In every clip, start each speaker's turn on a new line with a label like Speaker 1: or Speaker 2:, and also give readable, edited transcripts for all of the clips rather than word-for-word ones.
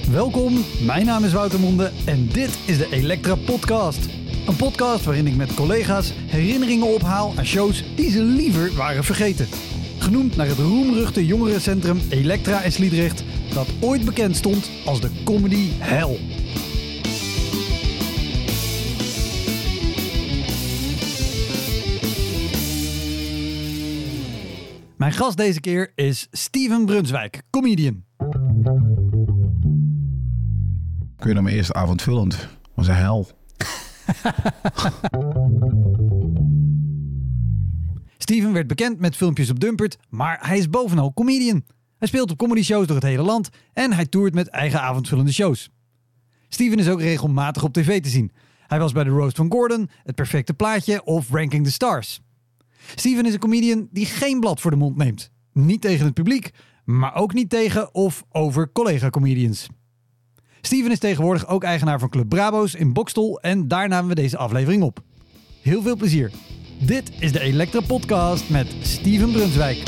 Speaker 1: Welkom, mijn naam is Wouter Monde en dit is de Elektra Podcast. Een podcast waarin ik met collega's herinneringen ophaal aan shows die ze liever waren vergeten. Genoemd naar het roemruchte jongerencentrum Elektra in Sliedrecht, dat ooit bekend stond als de comedy hell. Mijn gast deze keer is Steven Brunswijk, comedian.
Speaker 2: Kun je dan mijn eerste avond vullend? Was een hel.
Speaker 1: Steven werd bekend met filmpjes op Dumpert, maar hij is bovenal comedian. Hij speelt op comedyshows door het hele land en hij toert met eigen avondvullende shows. Steven is ook regelmatig op tv te zien. Hij was bij de Roast van Gordon, Het Perfecte Plaatje of Ranking the Stars. Steven is een comedian die geen blad voor de mond neemt. Niet tegen het publiek, maar ook niet tegen of over collega-comedians. Steven is tegenwoordig ook eigenaar van Club Brabo's in Boxtel en daar namen we deze aflevering op. Heel veel plezier. Dit is de Elektra Podcast met Steven Brunswijk.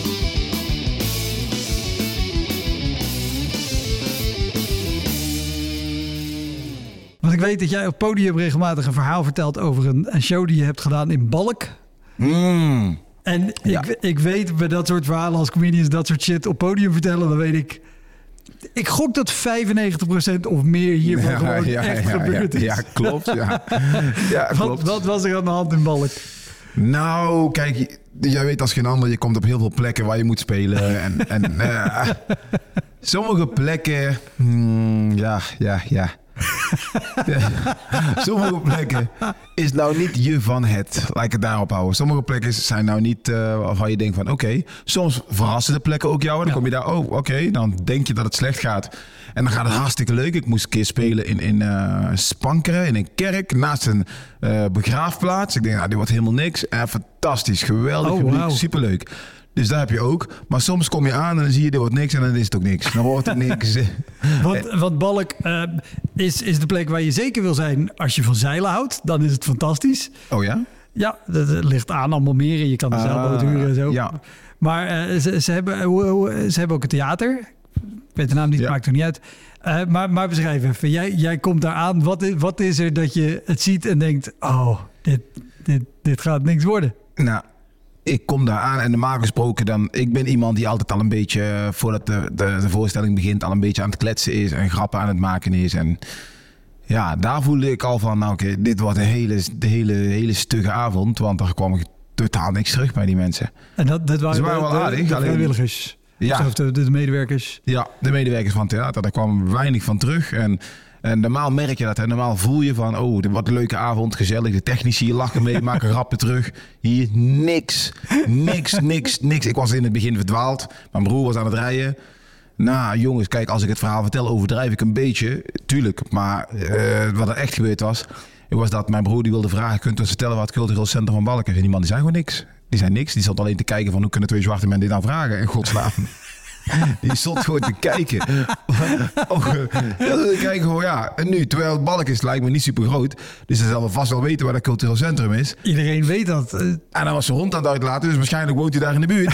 Speaker 1: Want ik weet dat jij op podium regelmatig een verhaal vertelt over een show die je hebt gedaan in Balk. En ik weet bij dat soort verhalen als comedians dat soort shit op podium vertellen, dan weet ik... Ik gok dat 95% of meer hiervan gebeurd is.
Speaker 2: Ja, klopt. Ja, klopt.
Speaker 1: Wat was er aan de hand in Balk?
Speaker 2: Nou, kijk, jij weet als geen ander, je komt op heel veel plekken waar je moet spelen. Sommige plekken, sommige plekken is nou niet je van het. Laat ik het daarop houden. Sommige plekken zijn nou niet waarvan je denkt van oké. Soms verrassen de plekken ook jou. En dan kom je daar, dan denk je dat het slecht gaat. En dan gaat het hartstikke leuk. Ik moest een keer spelen in Spankeren, in een kerk, naast een begraafplaats. Ik denk, dit wordt helemaal niks. Fantastisch, geweldig publiek, superleuk. Dus daar heb je ook. Maar soms kom je aan en dan zie je, dit wordt niks en dan is het ook niks. Dan wordt het niks.
Speaker 1: Want Balk is de plek waar je zeker wil zijn als je van zeilen houdt. Dan is het fantastisch.
Speaker 2: Oh ja?
Speaker 1: Ja, dat ligt aan allemaal meer en je kan de zeilboot huren en zo.
Speaker 2: Ja.
Speaker 1: Maar ze hebben ook een theater. Ik weet de naam niet, maakt er niet uit. Maar beschrijf even. Jij komt daar aan. Wat is er dat je het ziet en denkt... Oh, dit gaat niks worden?
Speaker 2: Nou... Ik kom daar aan en normaal gesproken ik ben iemand die altijd al een beetje, voordat de voorstelling begint, al een beetje aan het kletsen is en grappen aan het maken is. En ja, daar voelde ik al van, dit wordt een hele stugge avond, want er kwam totaal niks terug bij die mensen.
Speaker 1: En dat waren,
Speaker 2: ze waren wel aardig.
Speaker 1: De vrijwilligers? Ja. Of de medewerkers?
Speaker 2: Ja, de medewerkers van het theater, daar kwam weinig van terug. En normaal merk je dat. Hè? Normaal voel je van, wat een leuke avond, gezellig. De technici lachen mee, maken grappen terug. Hier niks. Ik was in het begin verdwaald. Mijn broer was aan het rijden. Nou jongens, kijk, als ik het verhaal vertel, overdrijf ik een beetje. Tuurlijk, maar wat er echt gebeurd was dat mijn broer die wilde vragen... kunt u ons vertellen wat het cultureel centrum van Balk is? En die man die zei gewoon niks. Die zei niks. Die zat alleen te kijken van, hoe kunnen twee zwarte mensen dit nou vragen? En godsnaam. Die stond gewoon te kijken. En nu, terwijl het Balk is, lijkt me niet super groot. Dus ze zullen vast wel weten waar dat cultureel centrum is.
Speaker 1: Iedereen weet dat.
Speaker 2: En dan was zijn hond aan het uitlaten, dus waarschijnlijk woont hij daar in de buurt.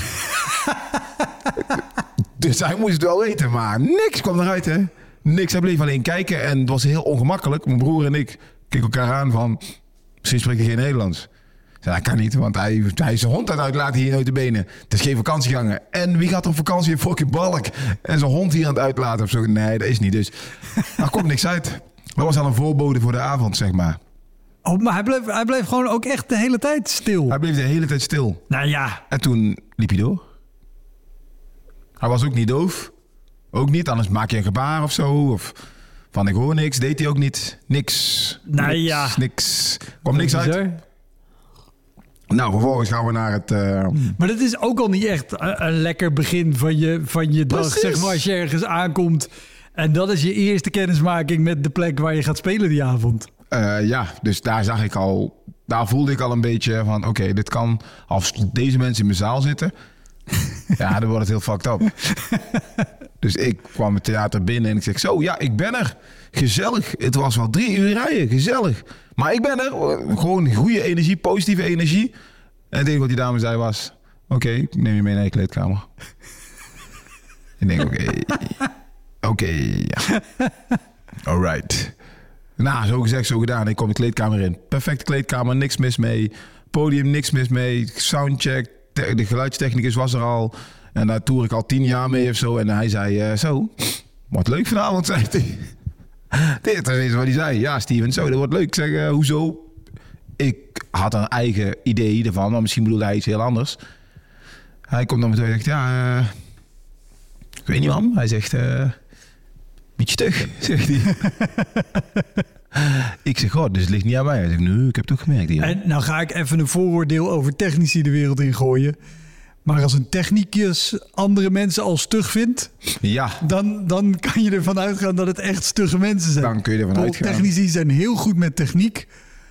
Speaker 2: Dus hij moest het wel weten, maar niks kwam eruit, hè. Niks, hij bleef alleen kijken en het was heel ongemakkelijk. Mijn broer en ik keken elkaar aan van, misschien spreekt hij geen Nederlands. Dat kan niet, want hij is zijn hond aan het uitlaten hier notabene. Het is geen vakantieganger. En wie gaat op vakantie in fucking Balk? En zijn hond hier aan het uitlaten of zo? Nee, dat is niet. Dus daar komt niks uit. Dat was al een voorbode voor de avond, zeg maar.
Speaker 1: Oh, maar hij bleef gewoon ook echt de hele tijd stil?
Speaker 2: Hij bleef de hele tijd stil.
Speaker 1: Nou ja.
Speaker 2: En toen liep hij door. Hij was ook niet doof. Ook niet, anders maak je een gebaar of zo. Of van ik hoor niks, deed hij ook niet. Niks.
Speaker 1: Nou ja.
Speaker 2: Niks. Kwam niks uit. Nou, vervolgens gaan we naar het...
Speaker 1: Maar dat is ook al niet echt een lekker begin van je dag,
Speaker 2: Precies.
Speaker 1: zeg maar, als je ergens aankomt. En dat is je eerste kennismaking met de plek waar je gaat spelen die avond.
Speaker 2: Dus daar voelde ik al een beetje van, dit kan, als deze mensen in mijn zaal zitten, dan wordt het heel fucked up. Dus ik kwam het theater binnen en ik zeg, ik ben er. Gezellig. Het was wel 3 uur rijden, gezellig. Maar ik ben er. Gewoon goede energie, positieve energie. En het enige wat die dame zei was, ik neem je mee naar je kleedkamer. Ik denk, Oké, ja. Alright. Nou, zo gezegd, zo gedaan. Ik kom de kleedkamer in. Perfecte kleedkamer, niks mis mee. Podium, niks mis mee. Soundcheck, de geluidstechnicus was er al. En daar toer ik al 10 jaar mee of zo. En hij zei, zo, wat leuk vanavond, zei hij. Dit is wat hij zei. Ja, Steven, zo, dat wordt leuk. Ik zeg, hoezo? Ik had een eigen idee ervan, maar misschien bedoelde hij iets heel anders. Hij komt naar me toe en zegt, ja, ik weet niet man. Hij zegt, beetje stug, zegt hij. Ik zeg, dus het ligt niet aan mij. Hij zegt, nee, ik heb het ook gemerkt. Hier.
Speaker 1: En nou ga ik even een vooroordeel over technici de wereld in gooien. Maar als een technicus andere mensen al stug vindt...
Speaker 2: Ja.
Speaker 1: Dan kan je ervan uitgaan dat het echt stugge mensen zijn.
Speaker 2: Dan kun je ervan uitgaan.
Speaker 1: Technici zijn heel goed met techniek.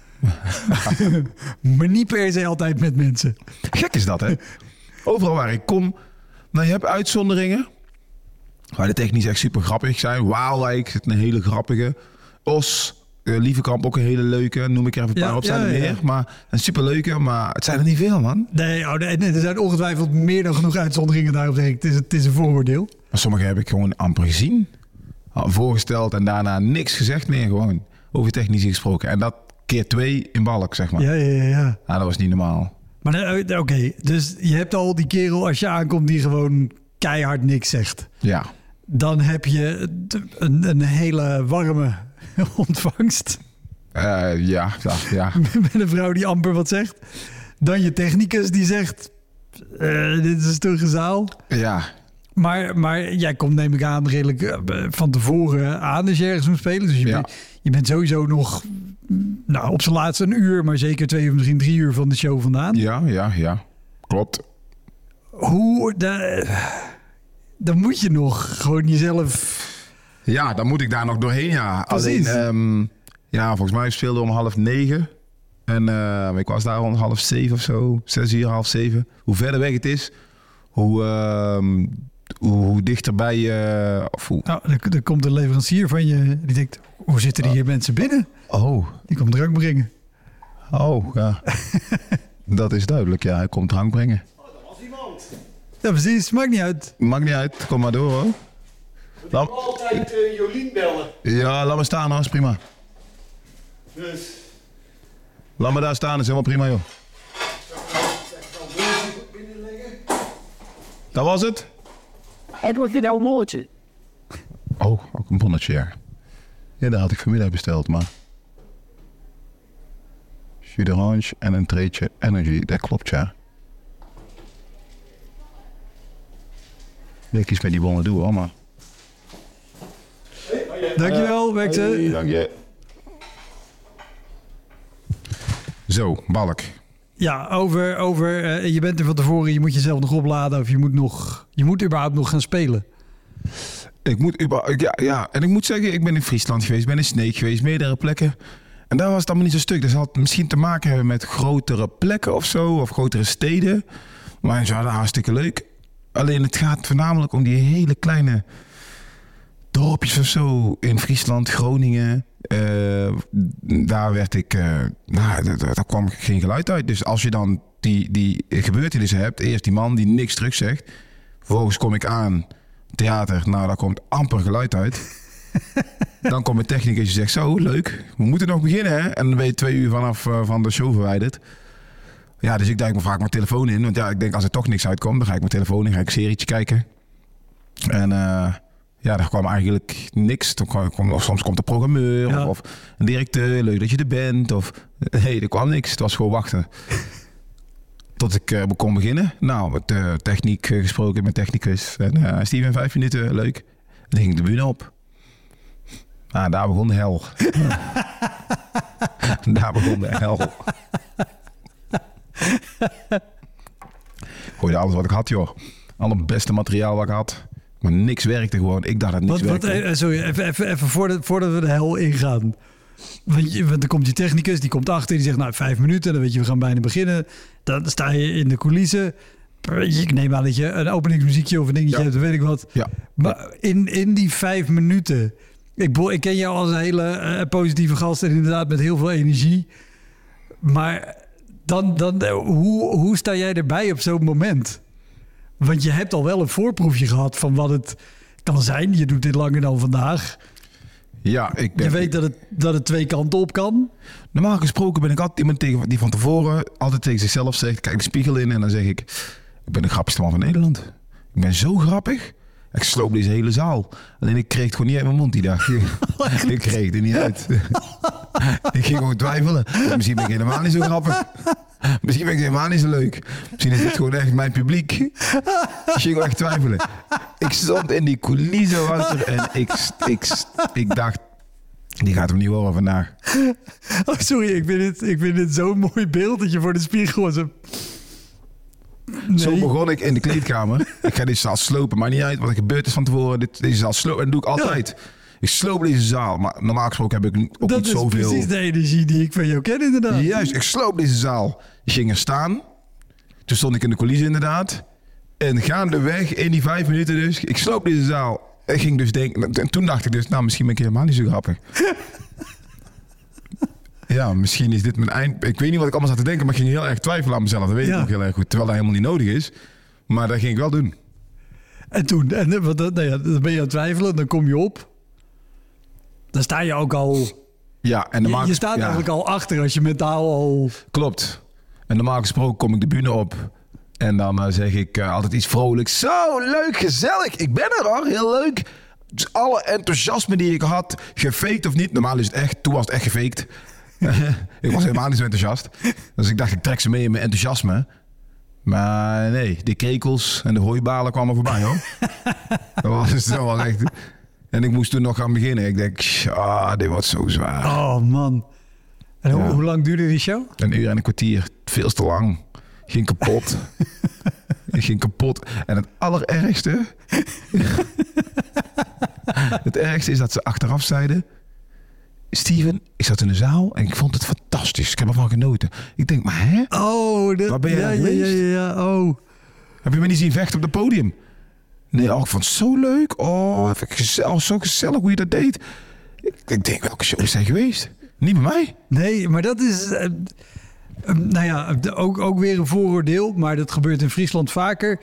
Speaker 1: Maar niet per se altijd met mensen.
Speaker 2: Gek is dat, hè? Overal waar ik kom... Nou, je hebt uitzonderingen... waar de technici echt super grappig zijn. Waalwijk zit een hele grappige. Os, Lievekamp ook een hele leuke. Noem ik er even een paar op, zijn er meer. Maar een superleuke, maar het zijn er niet veel, man.
Speaker 1: Nee, er zijn ongetwijfeld meer dan genoeg uitzonderingen daarop. Het is een vooroordeel.
Speaker 2: Maar sommige heb ik gewoon amper gezien. Voorgesteld en daarna niks gezegd meer. Gewoon over technici gesproken. En dat keer 2 in Balk, zeg maar.
Speaker 1: Ja.
Speaker 2: Nou, dat was niet normaal.
Speaker 1: Maar oké, dus je hebt al die kerel als je aankomt die gewoon keihard niks zegt.
Speaker 2: Ja.
Speaker 1: Dan heb je een hele warme ontvangst.
Speaker 2: Ja.
Speaker 1: Met een vrouw die amper wat zegt. Dan je technicus die zegt... dit is een stugge zaal.
Speaker 2: Ja.
Speaker 1: Maar jij komt, neem ik aan, redelijk van tevoren aan als je ergens moet spelen. Dus je bent sowieso nog op zijn laatste 1 uur... maar zeker 2 of misschien 3 uur van de show vandaan.
Speaker 2: Ja. Klopt.
Speaker 1: Dan moet je nog gewoon jezelf...
Speaker 2: Ja, dan moet ik daar nog doorheen, ja.
Speaker 1: Precies.
Speaker 2: Alleen, volgens mij speelde om 8:30. En ik was daar om 6:30 of zo. 6:30, 6:30. Hoe verder weg het is, hoe dichterbij je...
Speaker 1: Nou, er komt een leverancier van je. Die denkt, hoe zitten hier mensen binnen?
Speaker 2: Oh.
Speaker 1: Die komt drank brengen.
Speaker 2: Oh, ja. Dat is duidelijk, ja. Hij komt drank brengen.
Speaker 3: Oh, dat was iemand.
Speaker 1: Ja, precies. Maakt niet uit.
Speaker 2: Maakt niet uit. Kom maar door, hoor.
Speaker 3: Ik moet altijd Jolien bellen.
Speaker 2: Ja, laat me staan, hoor. Is prima.
Speaker 3: Dus...
Speaker 2: Laat me daar staan. Is helemaal prima, joh. Dat was het?
Speaker 4: Het wordt weer een moordje.
Speaker 2: Oh, ook een bonnetje, ja. Ja, dat had ik vanmiddag besteld, maar... Jus d'orange en een treetje energy, dat klopt, ja. Ik kies met die bonnen doen, hoor, maar...
Speaker 1: Dankjewel, Wexe.
Speaker 2: Hey, dank je. Zo, Balk.
Speaker 1: Ja, over je bent er van tevoren, je moet jezelf nog opladen of je moet überhaupt nog gaan spelen.
Speaker 2: Ik moet en ik moet zeggen, ik ben in Friesland geweest, ben in Sneek geweest, meerdere plekken. En daar was het allemaal niet zo stuk. Dat had misschien te maken hebben met grotere plekken of zo, of grotere steden. Maar ja, dat hartstikke leuk. Alleen het gaat voornamelijk om die hele kleine dorpjes of zo in Friesland, Groningen. Daar werd ik, daar kwam geen geluid uit. Dus als je dan die gebeurtenissen hebt, eerst die man die niks terug zegt. Vervolgens kom ik aan, theater, nou daar komt amper geluid uit. Dan komt een technicus die zegt, zo leuk, we moeten nog beginnen hè. En dan ben je 2 uur vanaf van de show verwijderd. Ja, dus ik duik me vaak mijn telefoon in. Want ja, ik denk als er toch niks uitkomt, dan ga ik mijn telefoon in, ga ik een serietje kijken. En daar kwam eigenlijk niks. Soms komt de programmeur of een directeur, leuk dat je er bent. Of nee, er kwam niks. Het was gewoon wachten. Tot ik kon beginnen. Nou, met techniek gesproken, met technicus. En Steven, 5 minuten, leuk. En dan ging ik de bühne op. Nou, daar begon de hel. Daar begon de hel. Gooide alles wat ik had, joh. Alle beste materiaal wat ik had. Maar niks werkte gewoon. Ik dacht dat niks werkte.
Speaker 1: Sorry, even voordat we de hel ingaan. Want dan komt die technicus, die komt achter. Die zegt, nou, 5 minuten. Dan weet je, we gaan bijna beginnen. Dan sta je in de coulissen. Ik neem aan dat je een openingsmuziekje of een dingetje hebt, weet ik wat.
Speaker 2: Ja.
Speaker 1: Maar in die 5 minuten... Ik ken jou als een hele positieve gast en inderdaad met heel veel energie. Maar dan hoe sta jij erbij op zo'n moment? Want je hebt al wel een voorproefje gehad van wat het Kan zijn, je doet dit langer dan vandaag.
Speaker 2: Ja,
Speaker 1: Je weet dat het twee kanten op kan.
Speaker 2: Normaal gesproken ben ik altijd iemand die van tevoren altijd tegen zichzelf zegt... Kijk de spiegel in en dan zeg ik ben de grappigste man van Nederland. Ik ben zo grappig. Ik sloop deze hele zaal. Alleen ik kreeg het gewoon niet uit mijn mond die dag. Ik kreeg het er niet uit. Ik ging gewoon twijfelen. Misschien ben ik helemaal niet zo grappig. Misschien ben ik helemaal niet zo leuk. Misschien is dit gewoon echt mijn publiek. Ik ging gewoon echt twijfelen. Ik stond in die coulissen, Wouter, en ik dacht... Die gaat hem niet horen vandaag.
Speaker 1: Oh, sorry, ik vind dit zo'n mooi beeld dat je voor de spiegel was. Nee.
Speaker 2: Zo begon ik in de kleedkamer. Ik ga deze zaal slopen, maar niet uit wat er gebeurd is van tevoren. Deze zaal slopen, en dat doe ik altijd. Ja. Ik sloop deze zaal, maar normaal gesproken heb ik ook niet zoveel...
Speaker 1: Dat is precies de energie die ik van jou ken, inderdaad.
Speaker 2: Juist, ik sloop deze zaal. Ik ging er staan. Toen stond ik in de coulissen, inderdaad. En gaandeweg, in die 5 minuten dus, ik sloop deze zaal. Ik ging dus denken... En toen dacht ik dus, nou, misschien ben ik helemaal niet zo grappig. Ja, misschien is dit mijn eind... Ik weet niet wat ik allemaal zat te denken, maar ik ging heel erg twijfelen aan mezelf. Dat weet ik ook heel erg goed. Terwijl dat helemaal niet nodig is. Maar dat ging ik wel doen.
Speaker 1: En toen, dan ben je aan het twijfelen, dan kom je op. Dan sta je ook al...
Speaker 2: Ja, en
Speaker 1: je staat eigenlijk al achter als je mentaal al...
Speaker 2: Klopt. En normaal gesproken kom ik de bühne op. En dan zeg ik altijd iets vrolijks. Zo, leuk, gezellig. Ik ben er hoor, heel leuk. Dus alle enthousiasme die ik had, gefaked of niet. Normaal is het echt, toen was het echt gefaked. Ik was helemaal niet zo enthousiast. Dus ik dacht, ik trek ze mee in mijn enthousiasme. Maar nee, de krekels en de hooibalen kwamen voorbij hoor. Dat was het wel echt. En ik moest toen nog gaan beginnen. Ik denk, dit wordt zo zwaar.
Speaker 1: Oh man. En hoe lang duurde die show?
Speaker 2: 1 uur en een kwartier. Veel te lang. Ging kapot. Ik ging kapot. En het allerergste... het ergste is dat ze achteraf zeiden... Steven, ik zat in de zaal en ik vond het fantastisch. Ik heb ervan genoten. Ik denk, maar hè?
Speaker 1: Oh,
Speaker 2: waar ben jij geweest?
Speaker 1: Ja, oh.
Speaker 2: Heb je me niet zien vechten op het podium? Nee, ik vond het zo leuk. Zo gezellig hoe je dat deed. Ik denk, welke show is hij geweest? Niet bij mij.
Speaker 1: Nee, maar dat is... ook weer een vooroordeel. Maar dat gebeurt in Friesland vaker.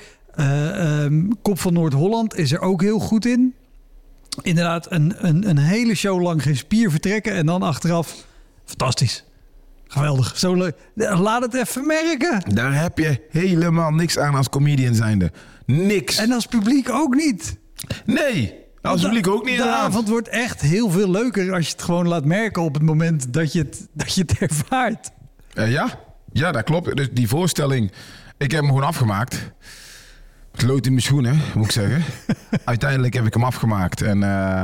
Speaker 1: Kop van Noord-Holland is er ook heel goed in. Inderdaad, een hele show lang geen spier vertrekken. En dan achteraf, fantastisch. Geweldig, zo leuk. Laat het even merken.
Speaker 2: Daar heb je helemaal niks aan als comedian zijnde. Niks.
Speaker 1: En als publiek ook niet.
Speaker 2: Nee, als publiek ook niet.
Speaker 1: De avond wordt echt heel veel leuker als je het gewoon laat merken op het moment dat je het ervaart. Ja, dat klopt. Dus die voorstelling, ik heb hem gewoon afgemaakt. Het lood in mijn schoenen, moet ik zeggen. Uiteindelijk heb ik hem afgemaakt. En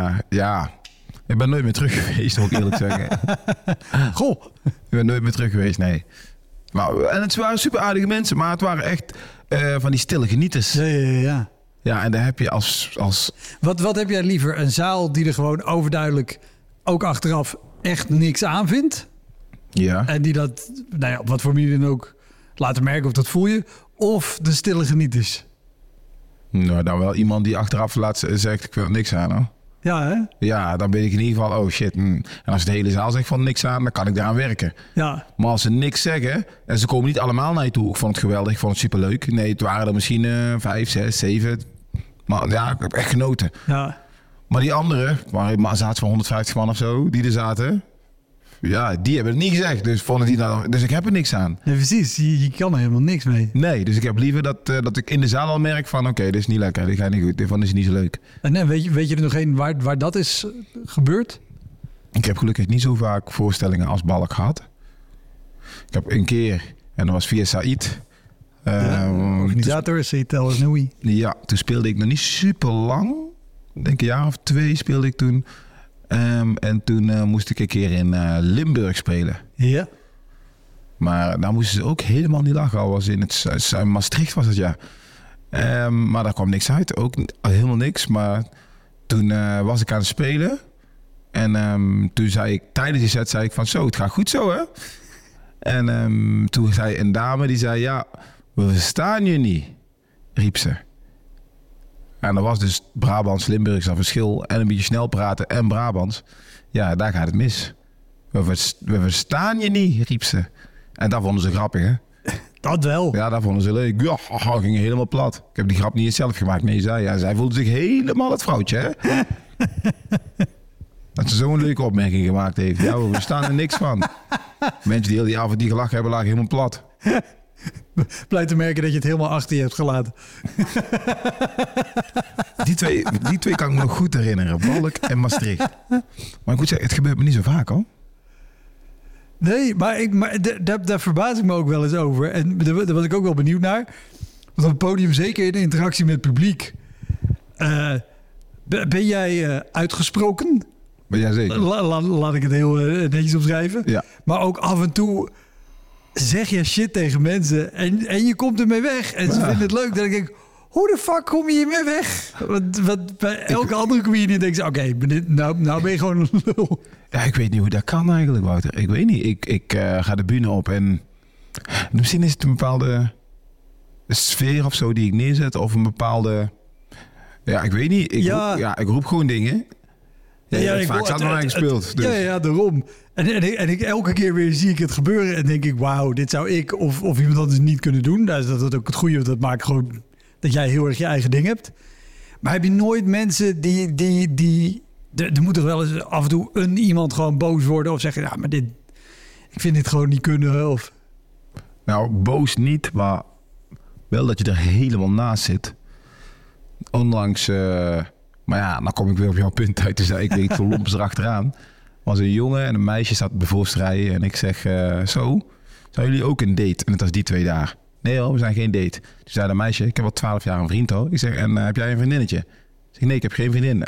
Speaker 1: ik ben nooit meer terug geweest, moet ik eerlijk zeggen. Goh.
Speaker 2: Ik ben nooit meer terug geweest, nee. En het waren super aardige mensen, maar het waren echt van die stille genieters.
Speaker 1: Ja.
Speaker 2: Ja, en daar heb je als...
Speaker 1: Wat heb jij liever? Een zaal die er gewoon overduidelijk ook achteraf echt niks aan vindt?
Speaker 2: Ja.
Speaker 1: En die dat, op wat voor manier dan ook laten merken of dat voel je? Of de stille genieters?
Speaker 2: Nou, dan wel iemand die achteraf zegt, ik wil er niks aan hoor.
Speaker 1: Ja, hè?
Speaker 2: Ja, dan ben ik in ieder geval, oh shit. En als de hele zaal zegt van niks aan, dan kan ik daaraan werken.
Speaker 1: Ja.
Speaker 2: Maar als ze niks zeggen, en ze komen niet allemaal naar je toe. Ik vond het geweldig, ik vond het superleuk. Nee, het waren er misschien 5, 6, 7. Maar ja, ik heb echt genoten.
Speaker 1: Ja.
Speaker 2: Maar die anderen, maar zaten van 150 man of zo, die er zaten... Ja, die hebben het niet gezegd. Dus ik heb er niks aan.
Speaker 1: Nee, precies. Je kan er helemaal niks mee.
Speaker 2: Nee, dus ik heb liever dat ik in de zaal al merk van... Oké, dit is niet lekker, dit gaat niet goed. Dit is niet zo leuk.
Speaker 1: En weet je er nog één waar dat is gebeurd?
Speaker 2: Ik heb gelukkig niet zo vaak voorstellingen als Balk gehad. Ik heb een keer, en dat was via Said...
Speaker 1: organisator, Said El Asnoui.
Speaker 2: Ja, toen speelde ik nog niet super lang. Ik denk een jaar of 2 speelde ik toen... en toen moest ik een keer in Limburg spelen.
Speaker 1: Ja.
Speaker 2: Maar daar moesten ze ook helemaal niet lachen. Al was in Maastricht was het, ja. Maar daar kwam niks uit. Ook helemaal niks. Maar toen was ik aan het spelen. En toen zei ik, tijdens die set zei ik van zo, het gaat goed zo hè. En toen zei een dame, die zei ja, we verstaan je niet, riep ze. En dat was dus Brabants, Limburgs, dat verschil. En een beetje snel praten en Brabants. Ja, daar gaat het mis. We verstaan je niet, riep ze. En dat vonden ze grappig, hè?
Speaker 1: Dat wel.
Speaker 2: Ja, dat vonden ze leuk. Ja, ging helemaal plat. Ik heb die grap niet eens zelf gemaakt. Nee, zij voelde zich helemaal het vrouwtje, hè? Dat ze zo'n leuke opmerking gemaakt heeft. Ja, we staan er niks van. Mensen die heel die avond die gelachen hebben, lagen helemaal plat.
Speaker 1: Blij te merken dat je het helemaal achter je hebt gelaten.
Speaker 2: Die twee kan ik me nog goed herinneren. Balk en Maastricht. Maar ik moet zeggen, het gebeurt me niet zo vaak, hoor.
Speaker 1: Nee, maar daar verbaas ik me ook wel eens over. En daar was ik ook wel benieuwd naar. Want op het podium, zeker in de interactie met het publiek... ben jij uitgesproken?
Speaker 2: Ben jij zeker?
Speaker 1: Laat ik het heel netjes omschrijven.
Speaker 2: Ja.
Speaker 1: Maar ook af en toe zeg je shit tegen mensen en je komt ermee weg. En ze vinden het leuk. Dat ik denk, hoe de fuck kom je hiermee weg? Want bij elke andere comedian denk je, oké, nou ben je gewoon een lul.
Speaker 2: Ja, ik weet niet hoe dat kan eigenlijk, Wouter. Ik weet niet. Ik ga de bühne op en misschien is het een bepaalde sfeer of zo die ik neerzet. Of een bepaalde... Ja, ik weet niet. Ik roep gewoon dingen. Ja, je hebt vaak zelf nog gespeeld. Dus.
Speaker 1: Ja, daarom. En ik elke keer weer zie ik het gebeuren en denk ik, wauw, dit zou ik of iemand anders niet kunnen doen. Dat is ook het goede, dat maakt gewoon dat jij heel erg je eigen ding hebt. Maar heb je nooit mensen die er moet toch wel eens af en toe iemand gewoon boos worden of zeggen, ja, maar ik vind dit gewoon niet kunnen of...
Speaker 2: Nou, boos niet, maar wel dat je er helemaal naast zit. Onlangs, maar ja, dan kom ik weer op jouw punt uit. Dus ik weet zo lompers erachteraan. Was een jongen en een meisje staat voor rijden. En ik zeg, zijn jullie ook een date? En het was die 2 dagen. Nee hoor, we zijn geen date. Dus zei de meisje, ik heb al 12 jaar een vriend hoor. Ik zeg, en heb jij een vriendinnetje? Ik zeg, nee, ik heb geen vriendin.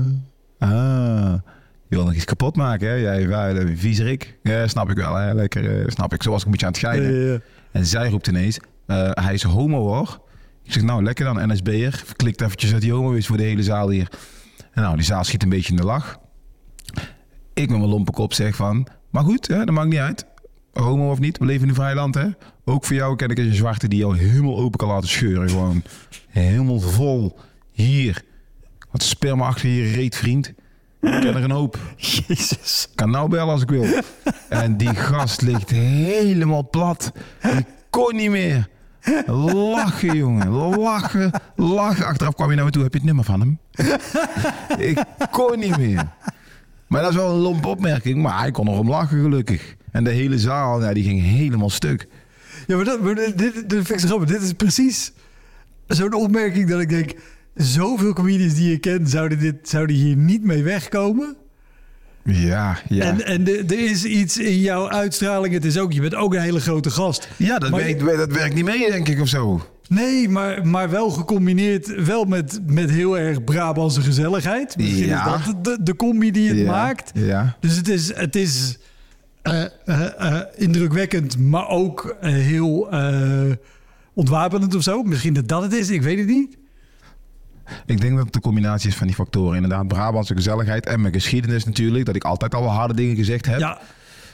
Speaker 2: Je wil nog iets kapot maken, hè? Jij viezerik. Ja, snap ik wel, hè? Lekker, snap ik. Zo was ik een beetje aan het scheiden.
Speaker 1: Ja.
Speaker 2: En zij roept ineens, hij is homo hoor. Ik zeg, nou lekker dan, NSB'er. Klikt eventjes uit die homo is voor de hele zaal hier. En nou, die zaal schiet een beetje in de lach. Ik met mijn lompe kop zeg van, maar goed, hè, dat maakt niet uit. Homo of niet, we leven in een vrij land, hè. Ook voor jou ken ik een zwarte die jou helemaal open kan laten scheuren. Gewoon helemaal vol. Hier. Wat sperma achter je reet, vriend. Ik ken er een hoop.
Speaker 1: Jezus.
Speaker 2: Kan nou bellen als ik wil. En die gast ligt helemaal plat. Ik kon niet meer. Lachen, jongen. Lachen. Achteraf kwam je naar me toe. Heb je het nummer van hem? Ik kon niet meer. Maar dat is wel een lompe opmerking. Maar hij kon erom lachen, gelukkig. En de hele zaal, die ging helemaal stuk.
Speaker 1: Ja, maar dit vind ik zo grappig. Dit is precies zo'n opmerking dat ik denk... Zoveel comedians die je kent zouden hier niet mee wegkomen.
Speaker 2: Ja.
Speaker 1: En er is iets in jouw uitstraling. Het is ook, je bent ook een hele grote gast.
Speaker 2: Ja, dat werkt niet mee, denk ik, of zo.
Speaker 1: Nee, maar wel gecombineerd wel met heel erg Brabantse gezelligheid. Misschien is dat de combi die het maakt.
Speaker 2: Ja.
Speaker 1: Dus het is indrukwekkend, maar ook heel ontwapenend of zo. Misschien dat het is, ik weet het niet.
Speaker 2: Ik denk dat het de combinatie is van die factoren. Inderdaad, Brabantse gezelligheid en mijn geschiedenis natuurlijk. Dat ik altijd al wel harde dingen gezegd heb.
Speaker 1: Ja.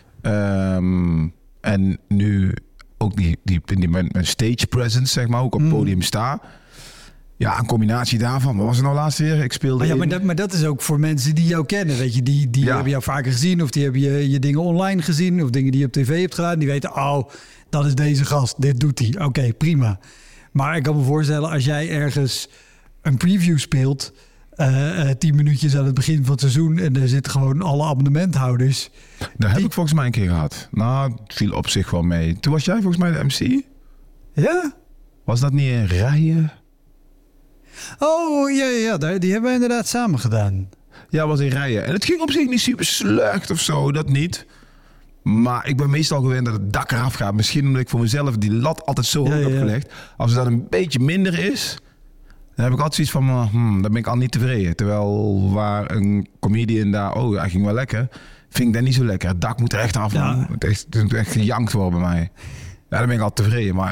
Speaker 2: En nu ook mijn stage presence, zeg maar, ook op het podium sta. Ja, een combinatie daarvan. Wat was het nou laatst weer? Ik speelde
Speaker 1: maar dat is ook voor mensen die jou kennen. Weet je, die hebben jou vaker gezien. Of die hebben je dingen online gezien. Of dingen die je op tv hebt gedaan. Die weten, dat is deze gast. Dit doet hij. Oké, prima. Maar ik kan me voorstellen, als jij ergens een preview speelt... 10 minuutjes aan het begin van het seizoen... en er zitten gewoon alle abonnementhouders.
Speaker 2: Dat heb ik volgens mij een keer gehad. Nou, het viel op zich wel mee. Toen was jij volgens mij de MC?
Speaker 1: Ja?
Speaker 2: Was dat niet in Rijen?
Speaker 1: Oh, ja, die hebben we inderdaad samen gedaan.
Speaker 2: Ja, was in Rijen. En het ging op zich niet super slecht of zo, dat niet. Maar ik ben meestal gewend dat het dak eraf gaat. Misschien omdat ik voor mezelf die lat altijd zo hoog heb gelegd. Als dat een beetje minder is... dan heb ik altijd zoiets van, dan ben ik al niet tevreden. Terwijl waar een comedian daar, hij ging wel lekker. Vind ik dat niet zo lekker. Het dak moet er echt af.
Speaker 1: Ja.
Speaker 2: Het moet echt gejankt worden bij mij. Ja, dan ben ik al tevreden. Maar...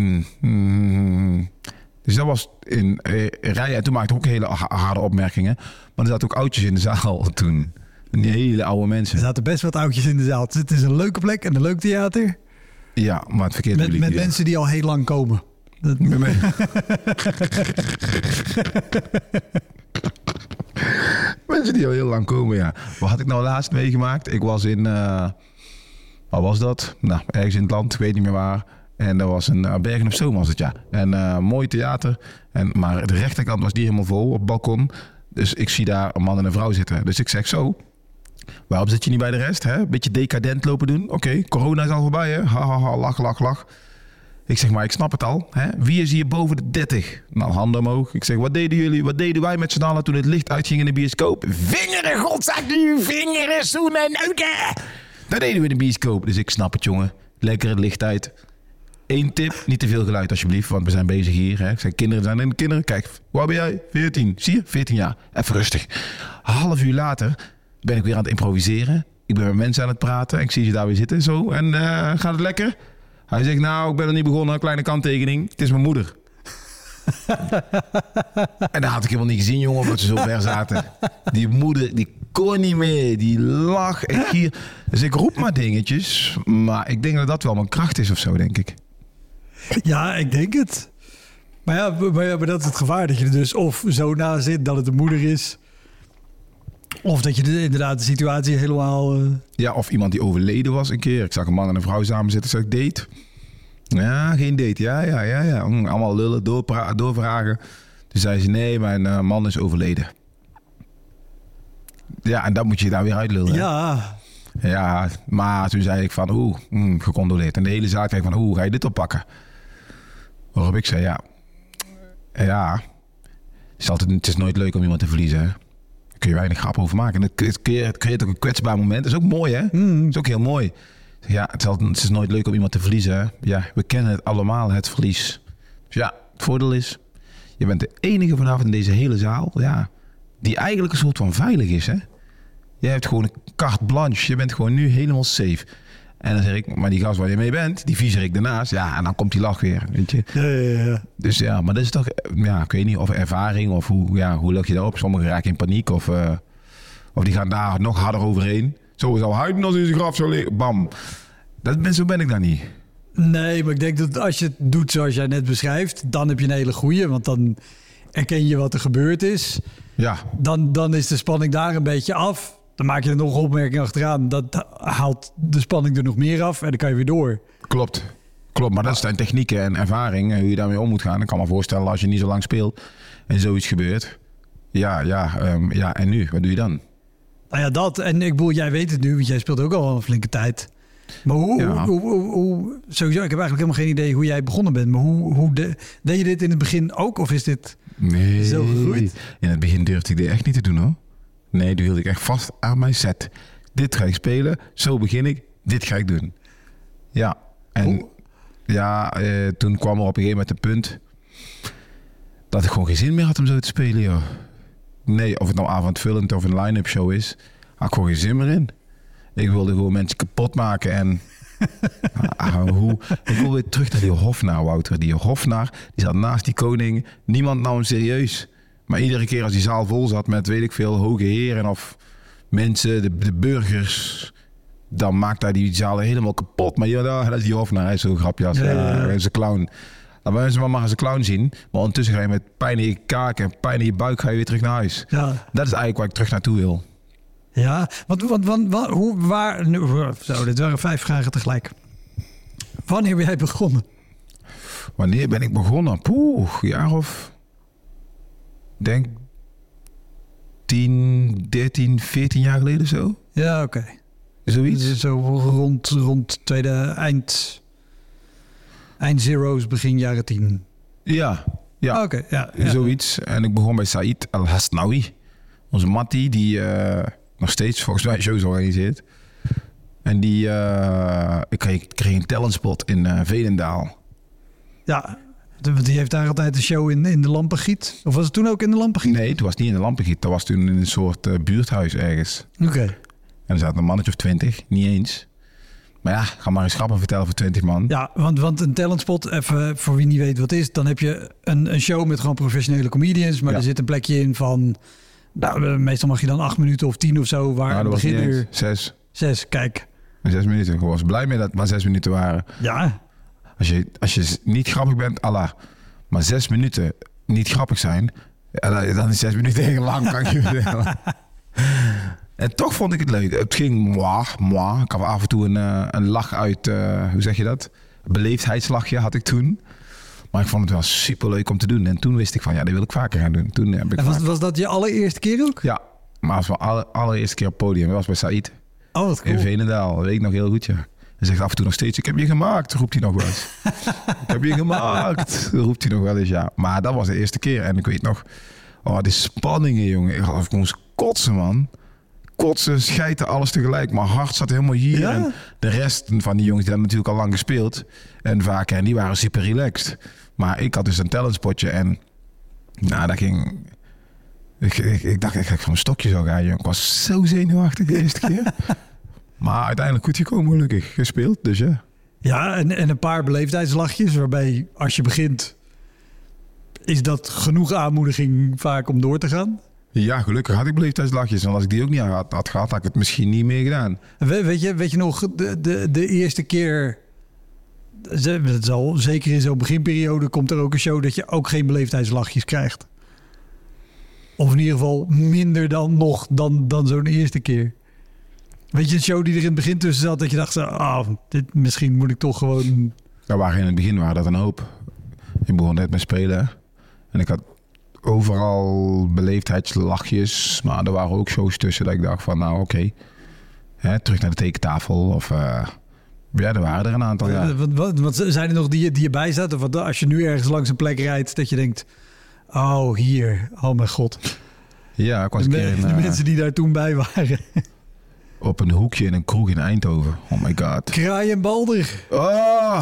Speaker 2: Dus dat was in Rijen. En toen maakte ik ook hele harde opmerkingen. Maar er zaten ook oudjes in de zaal toen. Die hele oude mensen.
Speaker 1: Er zaten best wat oudjes in de zaal. Het is een leuke plek en een leuk theater.
Speaker 2: Ja, maar het verkeerde publiek.
Speaker 1: Met mensen die al heel lang komen.
Speaker 2: Mensen die al heel lang komen, ja. Wat had ik nou laatst meegemaakt? Ik was in... waar was dat? Nou, ergens in het land, ik weet niet meer waar. En dat was een Bergen op Zoom was het, ja. En mooi theater. Maar de rechterkant was niet helemaal vol op het balkon. Dus ik zie daar een man en een vrouw zitten. Dus ik zeg zo, waarom zit je niet bij de rest? Hè? Beetje decadent lopen doen. Oké, corona is al voorbij, hè? Ha, ha, ha, lach. Ik zeg, maar ik snap het al. Hè? Wie is hier boven de 30? Nou, handen omhoog. Ik zeg, wat deden jullie? Wat deden wij met z'n allen toen het licht uitging in de bioscoop? Vingeren, godzak nu! Vingeren, zoenen en neuken! Dat deden we in de bioscoop. Dus ik snap het, jongen. Lekker het licht uit. Eén tip, niet te veel geluid alsjeblieft, want we zijn bezig hier. Hè. Ik zeg, kinderen zijn in de kinderen. Kijk, waar ben jij? 14. Zie je? 14 jaar. Even rustig. Een half uur later ben ik weer aan het improviseren. Ik ben met mensen aan het praten. Ik zie ze daar weer zitten zo. En gaat het lekker? Hij zegt, nou, ik ben nog niet begonnen. Kleine kanttekening. Het is mijn moeder. En dat had ik helemaal niet gezien, jongen, omdat ze zo ver zaten. Die moeder, die kon niet meer. Die lag echt hier. Dus ik roep maar dingetjes. Maar ik denk dat dat wel mijn kracht is of zo, denk ik.
Speaker 1: Ja, ik denk het. Maar dat is het gevaar. Dat je er dus of zo na zit dat het de moeder is. Of dat je inderdaad de situatie helemaal...
Speaker 2: Ja, of iemand die overleden was een keer. Ik zag een man en een vrouw samen zitten. Zeg ik, date? Ja, geen date. Ja. Allemaal lullen, doorvragen. Toen zei ze, nee, mijn man is overleden. Ja, en dat moet je daar weer uitlullen.
Speaker 1: Ja.
Speaker 2: Ja, maar toen zei ik van, gecondoleerd. En de hele zaak zei van, ga je dit oppakken? Waarop ik zei, ja, het is nooit leuk om iemand te verliezen, hè? Daar kun je weinig grap over maken. En het creëert ook een kwetsbaar moment. Dat is ook mooi, hè? Dat is ook heel mooi. Ja, het is nooit leuk om iemand te verliezen, hè? Ja, we kennen het allemaal, het verlies. Dus ja, het voordeel is, je bent de enige vanavond in deze hele zaal, ja, die eigenlijk een soort van veilig is, hè? Jij hebt gewoon een carte blanche. Je bent gewoon nu helemaal safe. En dan zeg ik, maar die gast waar je mee bent, die viezer ik daarnaast. Ja, en dan komt die lach weer, weet je.
Speaker 1: Ja.
Speaker 2: Dus ja, maar dat is toch, ja, ik weet niet of ervaring of hoe leg je dat op? Sommigen raken in paniek of die gaan daar nog harder overheen. Zo zou huiden als in zijn graf zo liggen. Bam. Zo ben ik daar niet.
Speaker 1: Nee, maar ik denk dat als je het doet zoals jij net beschrijft, dan heb je een hele goeie. Want dan erken je wat er gebeurd is.
Speaker 2: Ja.
Speaker 1: Dan is de spanning daar een beetje af. Dan maak je er nog een opmerking achteraan. Dat haalt de spanning er nog meer af. En dan kan je weer door.
Speaker 2: Klopt, maar dat zijn technieken en ervaring. En hoe je daarmee om moet gaan. Ik kan me voorstellen als je niet zo lang speelt en zoiets gebeurt. Ja, en nu? Wat doe je dan?
Speaker 1: Nou ja, dat. En ik bedoel, jij weet het nu. Want jij speelt ook al een flinke tijd. Maar hoe sowieso, ik heb eigenlijk helemaal geen idee hoe jij begonnen bent. Maar hoe deed je dit in het begin ook? Of is dit zo gegroeid?
Speaker 2: In het begin durfde ik dit echt niet te doen, hoor. Nee, toen hield ik echt vast aan mijn set. Dit ga ik spelen, zo begin ik, dit ga ik doen. Ja, en toen kwam er op een gegeven moment een punt dat ik gewoon geen zin meer had om zo te spelen, joh. Nee, of het nou avondvullend of een line-up show is, had ik gewoon geen zin meer in. Ik wilde gewoon mensen kapot maken en... Ik wil weer terug naar die Hofnar, Wouter. Die Hofnar, die zat naast die koning. Niemand nam hem serieus. Maar iedere keer als die zaal vol zat met, weet ik veel, hoge heren of mensen, de burgers, dan maakt hij die zaal helemaal kapot. Maar ja, dat is die Hofnar, hij is zo'n grapjas. Hij is een clown. Dan wil je maar eens een clown zien. Maar ondertussen ga je met pijn in je kaak en pijn in je buik ga je weer terug naar huis. Ja. Dat is eigenlijk waar ik terug naartoe wil.
Speaker 1: Ja, dit waren 5 vragen tegelijk. Wanneer ben jij begonnen?
Speaker 2: Wanneer ben ik begonnen? Jaar of... denk 10, 13, 14 jaar geleden zo.
Speaker 1: Ja, oké.
Speaker 2: Zoiets?
Speaker 1: Zo rond eind zero's, begin jaren 10.
Speaker 2: Ja.
Speaker 1: Oké, ja.
Speaker 2: Zoiets. En ik begon bij Said Al-Hasnawi. Onze Mattie, die nog steeds volgens mij shows organiseert. En ik kreeg een talentspot in Veenendaal. Ja.
Speaker 1: Die heeft daar altijd een show in de Lampengiet. Of was het toen ook in de Lampengiet?
Speaker 2: Nee, het was niet in de Lampengiet. Dat was toen in een soort buurthuis ergens.
Speaker 1: Oké.
Speaker 2: En er zaten een mannetje of 20, niet eens. Maar ja, ga maar eens grappen vertellen voor 20 man.
Speaker 1: Ja, want een talentspot, even voor wie niet weet wat het is, dan heb je een show met gewoon professionele comedians, maar er zit een plekje in van, meestal mag je dan 8 minuten of 10 of zo, waar
Speaker 2: dat was niet eens.
Speaker 1: 6, kijk.
Speaker 2: 6 minuten. Ik was blij mee dat het maar 6 minuten waren.
Speaker 1: Ja.
Speaker 2: Als je niet grappig bent, Allah. Maar 6 minuten niet grappig zijn, dan is 6 minuten heel lang, kan ik je vertellen. En toch vond ik het leuk. Het ging moi. Ik had af en toe een lach uit, hoe zeg je dat? beleefdheidslachje had ik toen. Maar ik vond het wel super leuk om te doen. En toen wist ik van, dit wil ik vaker gaan doen. Toen heb ik
Speaker 1: En was dat je allereerste keer ook?
Speaker 2: Ja, maar het was mijn allereerste keer op het podium. Dat was bij Said
Speaker 1: Oh, wat cool.
Speaker 2: in Veenendaal. Dat weet ik nog heel goed, ja. Hij zegt af en toe nog steeds, ik heb je gemaakt, roept hij nog wel eens. Ik heb je gemaakt, roept hij nog wel eens, ja. Maar dat was de eerste keer. En ik weet nog, die spanningen, jongen. Ik moest kotsen, man. Kotsen, schijten, alles tegelijk. Mijn hart zat helemaal hier.
Speaker 1: Ja?
Speaker 2: En de rest van die jongens, die hadden natuurlijk al lang gespeeld. En vaker, en die waren super relaxed. Maar ik had dus een talentspotje. En dat ging... Ik dacht, ik ga van mijn stokje zo gaan, jongen. Ik was zo zenuwachtig de eerste keer. Maar uiteindelijk goed gekomen, gelukkig. Gespeeld, dus ja.
Speaker 1: Ja, en een paar beleefdheidslachjes waarbij als je begint... is dat genoeg aanmoediging vaak om door te gaan?
Speaker 2: Ja, gelukkig had ik beleefdheidslachjes. Want als ik die ook niet had gehad, had ik het misschien niet meer gedaan.
Speaker 1: Weet je nog, de eerste keer... Het zal, zeker in zo'n beginperiode komt er ook een show... dat je ook geen beleefdheidslachjes krijgt. Of in ieder geval minder dan zo'n eerste keer. Weet je, een show die er in het begin tussen zat... dat je dacht, misschien moet ik toch gewoon...
Speaker 2: Ja, in het begin waren dat een hoop. Ik begon net met spelen. En ik had overal beleefdheidslachjes. Maar er waren ook shows tussen dat ik dacht van... oké. Terug naar de tekentafel. Of er waren er een aantal, ja.
Speaker 1: Wat zijn er nog die je bijstaat? Of als je nu ergens langs een plek rijdt... dat je denkt... Oh, hier. Oh, mijn god.
Speaker 2: Ja, ik was een keer
Speaker 1: de mensen die daar toen bij waren.
Speaker 2: Op een hoekje in een kroeg in Eindhoven. Oh my god.
Speaker 1: Kraai en Balder.
Speaker 2: Oh,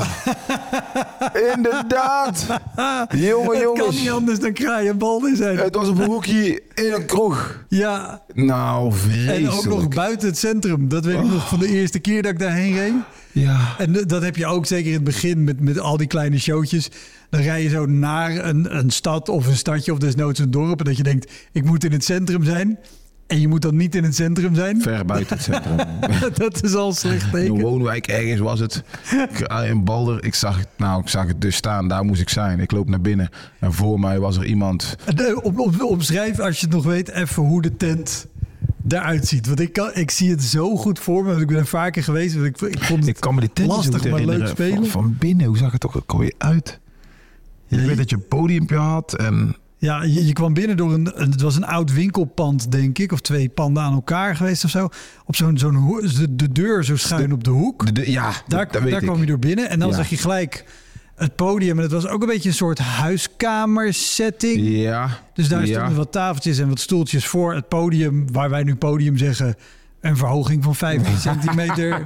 Speaker 2: inderdaad. Jongens.
Speaker 1: Het kan niet anders dan Kraai en Balder zijn.
Speaker 2: Het was op een hoekje in een kroeg.
Speaker 1: Ja.
Speaker 2: Nou, vreselijk.
Speaker 1: En ook nog buiten het centrum. Dat weet ik nog van de eerste keer dat ik daarheen reed.
Speaker 2: Ja.
Speaker 1: En dat heb je ook zeker in het begin met al die kleine showtjes. Dan rij je zo naar een stad of een stadje of desnoods een dorp. En dat je denkt, ik moet in het centrum zijn. En je moet dan niet in het centrum zijn.
Speaker 2: Ver buiten het centrum.
Speaker 1: Dat is al een slecht teken.
Speaker 2: In een woonwijk ergens was het. In Balder. Ik zag het dus staan. Daar moest ik zijn. Ik loop naar binnen. En voor mij was er iemand.
Speaker 1: Omschrijf, als je het nog weet, even hoe de tent eruit ziet. Want ik zie het zo goed voor me. Want ik ben er vaker geweest. Want ik vond het
Speaker 2: kan me die tent
Speaker 1: lastig,
Speaker 2: zo
Speaker 1: maar
Speaker 2: herinneren.
Speaker 1: leuk spelen.
Speaker 2: Van binnen. Hoe zag het toch ook alweer uit? Ik weet dat je een podiumpje had. En...
Speaker 1: Ja, je kwam binnen door het was een oud winkelpand, denk ik. Of 2 panden aan elkaar geweest of zo. Op de deur zo schuin op de hoek. Daar kwam je door binnen. En dan zag je gelijk het podium. En het was ook een beetje een soort huiskamersetting.
Speaker 2: Ja.
Speaker 1: Dus daar stonden wat tafeltjes en wat stoeltjes voor het podium. Waar wij nu podium zeggen. Een verhoging van 15 centimeter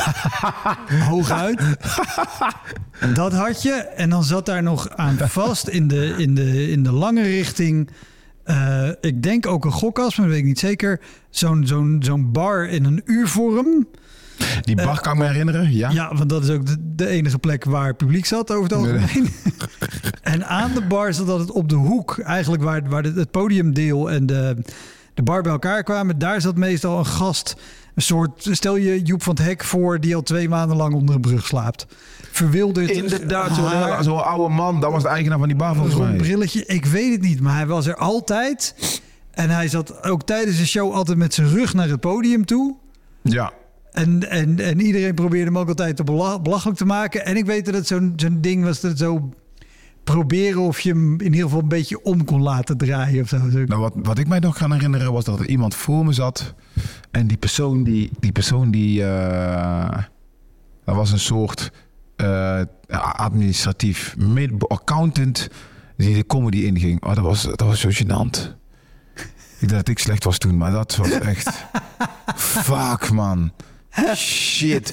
Speaker 1: hooguit. Dat had je. En dan zat daar nog aan vast in de lange richting. Ik denk ook een gokkast, maar dat weet ik niet zeker. Zo'n bar in een U-vorm.
Speaker 2: Die bar kan ik me herinneren, ja.
Speaker 1: Ja, want dat is ook de enige plek waar het publiek zat over het algemeen. En aan de bar zat altijd op de hoek. Eigenlijk waar het podiumdeel en de bar bij elkaar kwamen. Daar zat meestal een gast. Een soort, stel je Joep van het Hek voor... die al 2 maanden lang onder een brug slaapt. Verwilderd.
Speaker 2: Inderdaad, zo'n oude man. Dat was de eigenaar van die bar volgens mij.
Speaker 1: Zo'n brilletje. Ik weet het niet, maar hij was er altijd. En hij zat ook tijdens de show altijd met zijn rug naar het podium toe.
Speaker 2: Ja.
Speaker 1: En iedereen probeerde hem ook altijd te belachelijk te maken. En ik weet dat het zo'n ding was dat het zo... proberen of je hem in ieder geval een beetje om kon laten draaien of zo.
Speaker 2: Nou, wat ik mij nog kan herinneren was dat er iemand voor me zat. En die persoon die dat was een soort administratief accountant die de comedy inging. Oh, dat was zo gênant. Ik dacht dat ik slecht was toen, maar dat was echt... Fuck, man. Shit.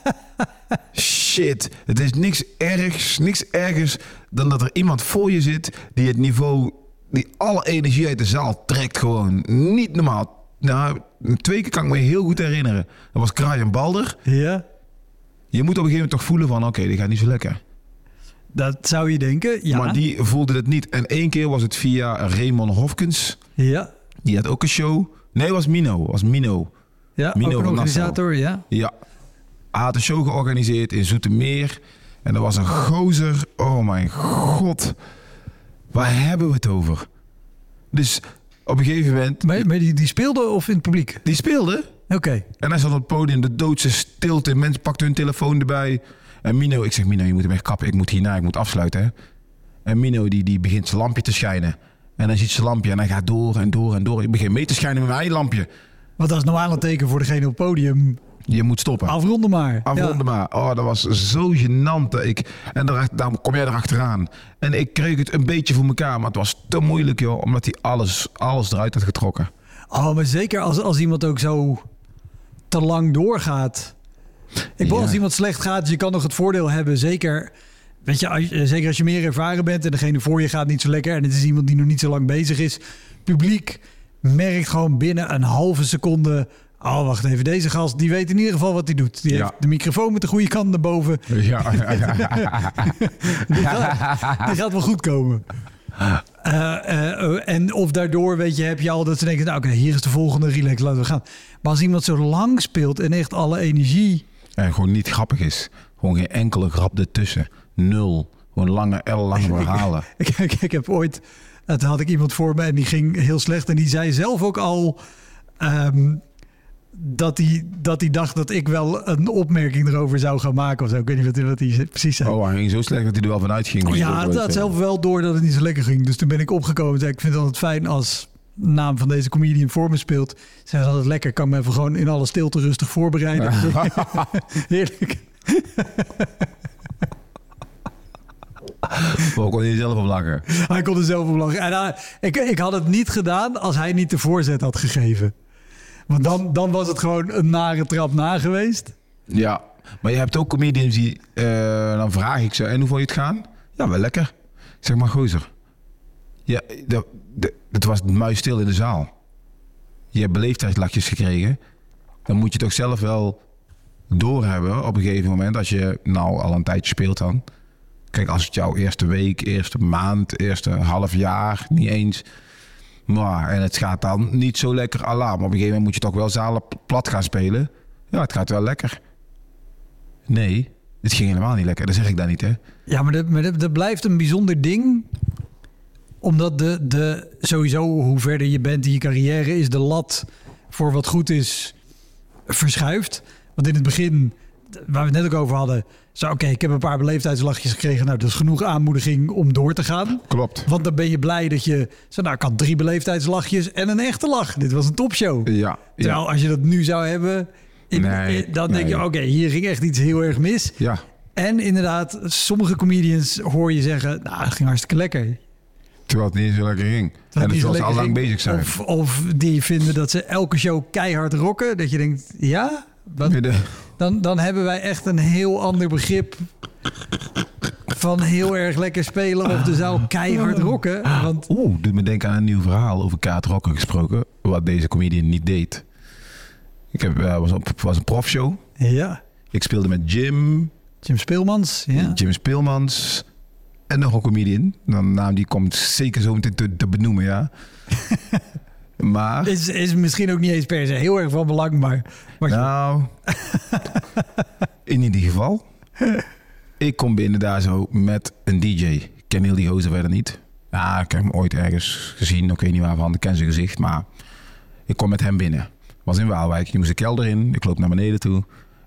Speaker 2: Het is niks ergers dan dat er iemand voor je zit die het niveau, die alle energie uit de zaal trekt gewoon. Niet normaal. Nou, 2 keer kan ik me heel goed herinneren. Dat was Kraai en Balder.
Speaker 1: Ja.
Speaker 2: Je moet op een gegeven moment toch voelen van, oké, dit gaat niet zo lekker.
Speaker 1: Dat zou je denken, ja.
Speaker 2: Maar die voelde het niet. En 1 keer was het via Raymond Hofkens.
Speaker 1: Ja. Die
Speaker 2: had ook een show. Nee, het was Mino.
Speaker 1: Ja,
Speaker 2: Mino
Speaker 1: ook een organisator, ja.
Speaker 2: Ja. Hij had een show georganiseerd in Zoetermeer. En er was een gozer. Oh mijn god. Waar hebben we het over? Dus op een gegeven moment...
Speaker 1: Maar die speelde of in het publiek?
Speaker 2: Die speelde.
Speaker 1: Oké.
Speaker 2: En hij zat op het podium, de doodse stilte. Mensen pakten hun telefoon erbij. En Mino, ik zeg Mino, je moet hem echt kappen. Ik moet afsluiten. Hè? En Mino die begint zijn lampje te schijnen. En dan ziet zijn lampje en hij gaat door en door en door. Ik begin mee te schijnen met mijn eigen lampje.
Speaker 1: Want dat is nou aan het teken voor degene op het podium.
Speaker 2: Je moet stoppen.
Speaker 1: Afronden maar.
Speaker 2: Afronden maar. Oh, dat was zo gênant. En dan kom jij erachteraan. En ik kreeg het een beetje voor elkaar. Maar het was te moeilijk, joh. Omdat hij alles eruit had getrokken.
Speaker 1: Oh, maar zeker als iemand ook zo te lang doorgaat. Als iemand slecht gaat, je kan nog het voordeel hebben. Zeker, weet je, zeker als je meer ervaren bent en degene voor je gaat niet zo lekker. En het is iemand die nog niet zo lang bezig is. Publiek merkt gewoon binnen een halve seconde... Oh, wacht even. Deze gast, die weet in ieder geval wat hij doet. Die heeft de microfoon met de goede kant naar boven.
Speaker 2: Ja.
Speaker 1: Die gaat wel goed komen. En of daardoor, weet je, heb je al dat ze denken... Nou, oké, hier is de volgende, relax, laten we gaan. Maar als iemand zo lang speelt en echt alle energie...
Speaker 2: En gewoon niet grappig is. Gewoon geen enkele grap ertussen. 0. Gewoon lange verhalen.
Speaker 1: Ik heb ooit... Toen had ik iemand voor me en die ging heel slecht. En die zei zelf ook al... Dat hij dacht dat ik wel een opmerking erover zou gaan maken of zo. Ik weet niet wat hij precies zei.
Speaker 2: Oh, hij ging zo slecht dat hij er wel vanuit ging.
Speaker 1: Ja, dat had zelf wel door dat het niet zo lekker ging. Dus toen ben ik opgekomen en zei ik vind het altijd fijn als naam van deze comedian voor me speelt. Zei dat het lekker, kan me even gewoon in alle stilte rustig voorbereiden. Heerlijk.
Speaker 2: Waar kon je zelf op lachen?
Speaker 1: Hij kon er zelf op lachen. En, ik had het niet gedaan als hij niet de voorzet had gegeven. Want dan was het gewoon een nare trap na geweest. Ja,
Speaker 2: maar je hebt ook comedians die... dan vraag ik ze, en hoe vond je het gaan? Ja, wel lekker. Ik zeg maar, gozer. Ja, het was muisstil in de zaal. Je hebt beleefdheidslachjes gekregen. Dan moet je toch zelf wel doorhebben op een gegeven moment. Als je nou al een tijdje speelt dan. Kijk, als het jouw eerste week, eerste maand, eerste half jaar, niet eens... Maar, en het gaat dan niet zo lekker alarm. Op een gegeven moment moet je toch wel zalen plat gaan spelen. Ja, het gaat wel lekker. Nee, het ging helemaal niet lekker. Dat zeg ik dan niet, hè?
Speaker 1: Ja, maar dat blijft een bijzonder ding. Omdat sowieso, hoe verder je bent in je carrière... is de lat voor wat goed is verschuift. Want in het begin, waar we het net ook over hadden... Oké, ik heb een paar beleefdheidslachjes gekregen. Nou, dat is genoeg aanmoediging om door te gaan.
Speaker 2: Klopt.
Speaker 1: Want dan ben je blij dat je... ik had 3 beleefdheidslachjes en een echte lach. Dit was een topshow.
Speaker 2: Ja.
Speaker 1: Terwijl als je dat nu zou hebben... dan denk je, oké, hier ging echt iets heel erg mis.
Speaker 2: Ja.
Speaker 1: En inderdaad, sommige comedians hoor je zeggen... Nou, dat ging hartstikke lekker.
Speaker 2: Terwijl het niet zo lekker ging. En terwijl ze al lang bezig zijn.
Speaker 1: Of die vinden dat ze elke show keihard rocken. Dat je denkt, ja... Dan hebben wij echt een heel ander begrip van heel erg lekker spelen of de zaal keihard rocken. Want...
Speaker 2: doet me denken aan een nieuw verhaal over kaart rocken gesproken. Wat deze comedian niet deed. Was een profshow.
Speaker 1: Ja.
Speaker 2: Ik speelde met Jim
Speaker 1: Speelmans. Ja.
Speaker 2: Jim Speelmans. En nog een comedian. De naam die komt zeker zo meteen te benoemen, ja. Maar...
Speaker 1: Is misschien ook niet eens per se heel erg van belang, maar...
Speaker 2: Nou, in ieder geval. Ik kom binnen daar zo met een DJ. Ik ken heel die gozer verder niet. Ja, ik heb hem ooit ergens gezien. Ik weet niet waarvan, ik ken zijn gezicht. Maar ik kom met hem binnen. Was in Waalwijk. Je moest de kelder in. Ik loop naar beneden toe.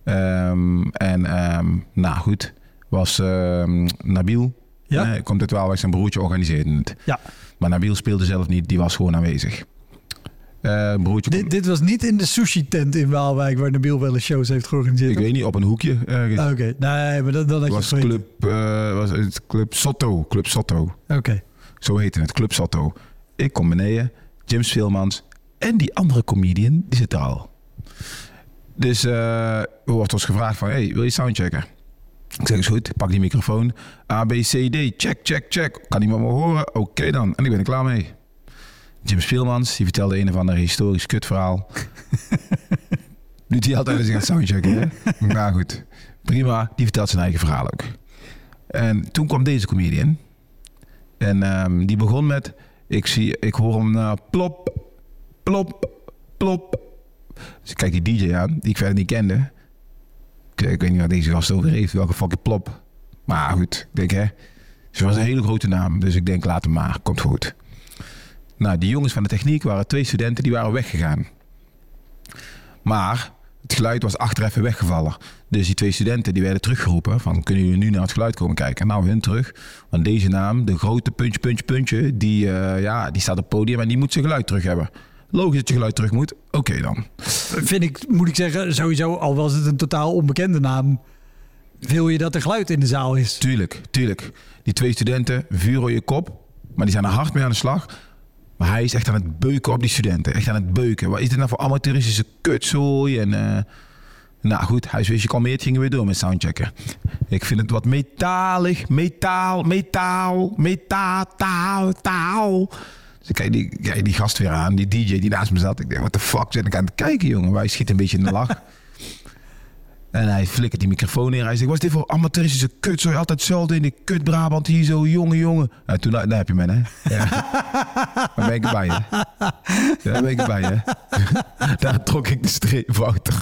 Speaker 2: Nou goed. Was Nabil.
Speaker 1: Ja?
Speaker 2: Komt uit Waalwijk. Zijn broertje organiseerde het.
Speaker 1: Ja.
Speaker 2: Maar Nabil speelde zelf niet. Die was gewoon aanwezig.
Speaker 1: Dit was niet in de sushi-tent in Waalwijk... waar Nabil wel eens shows heeft georganiseerd?
Speaker 2: Ik weet niet, op een hoekje ergens.
Speaker 1: Oké, nee, maar dan had je
Speaker 2: was het Club Sotto. Club Sotto.
Speaker 1: Oké.
Speaker 2: Zo heette het, Club Sotto. Ik kom beneden, Jim Speelmans en die andere comedian, die zit er al. Dus wordt ons gevraagd van, hey, wil je soundchecken? Ik zeg, is goed, ik pak die microfoon. A, B, C, D, check. Kan iemand me horen? Oké dan. En ik ben er klaar mee. Jim Speelmans, die vertelde een of ander historisch kutverhaal. Doet hij altijd als hij gaat soundchecken, hè? Nou goed, prima. Die vertelt zijn eigen verhaal ook. En toen kwam deze comedian. En die begon met... Ik hoor hem plop, plop, plop. Dus ik kijk die DJ aan, die ik verder niet kende. Ik weet niet wat deze gast over heeft, welke fucking plop. Maar goed, ik denk hè. Ze was een hele grote naam, dus ik denk laat hem maar, komt goed. Nou, die jongens van de techniek waren 2 studenten, die waren weggegaan. Maar het geluid was achter even weggevallen. Dus die 2 studenten die werden teruggeroepen van kunnen jullie nu naar het geluid komen kijken? Nou, hun terug. Want deze naam, de grote puntje, die staat op het podium en die moet zijn geluid terug hebben. Logisch dat je geluid terug moet. Oké dan.
Speaker 1: Vind ik, moet ik zeggen, sowieso, al was het een totaal onbekende naam, wil je dat er geluid in de zaal is?
Speaker 2: Tuurlijk. Die 2 studenten, vuur op je kop, maar die zijn er hard mee aan de slag. Maar hij is echt aan het beuken op die studenten. Echt aan het beuken. Wat is dit nou voor amateuristische kutzooi? En nou goed, huiswees gekalmeerd, gingen we weer door met soundchecken. Ik vind het wat metalig. Metaal. Dus ik kijk die gast weer aan, die DJ die naast me zat. Ik denk, what the fuck zit ik aan het kijken, jongen? Wij schieten een beetje in de lach. En hij flikkert die microfoon neer. Hij zegt, wat is dit voor amateuristische kut? Zo altijd hetzelfde in die kut Brabant hier zo, jongen. En toen, daar heb je me, hè? Ja. Daar ben ik erbij, hè? Daar ben ik erbij, hè? Daar trok ik de streep, Wouter.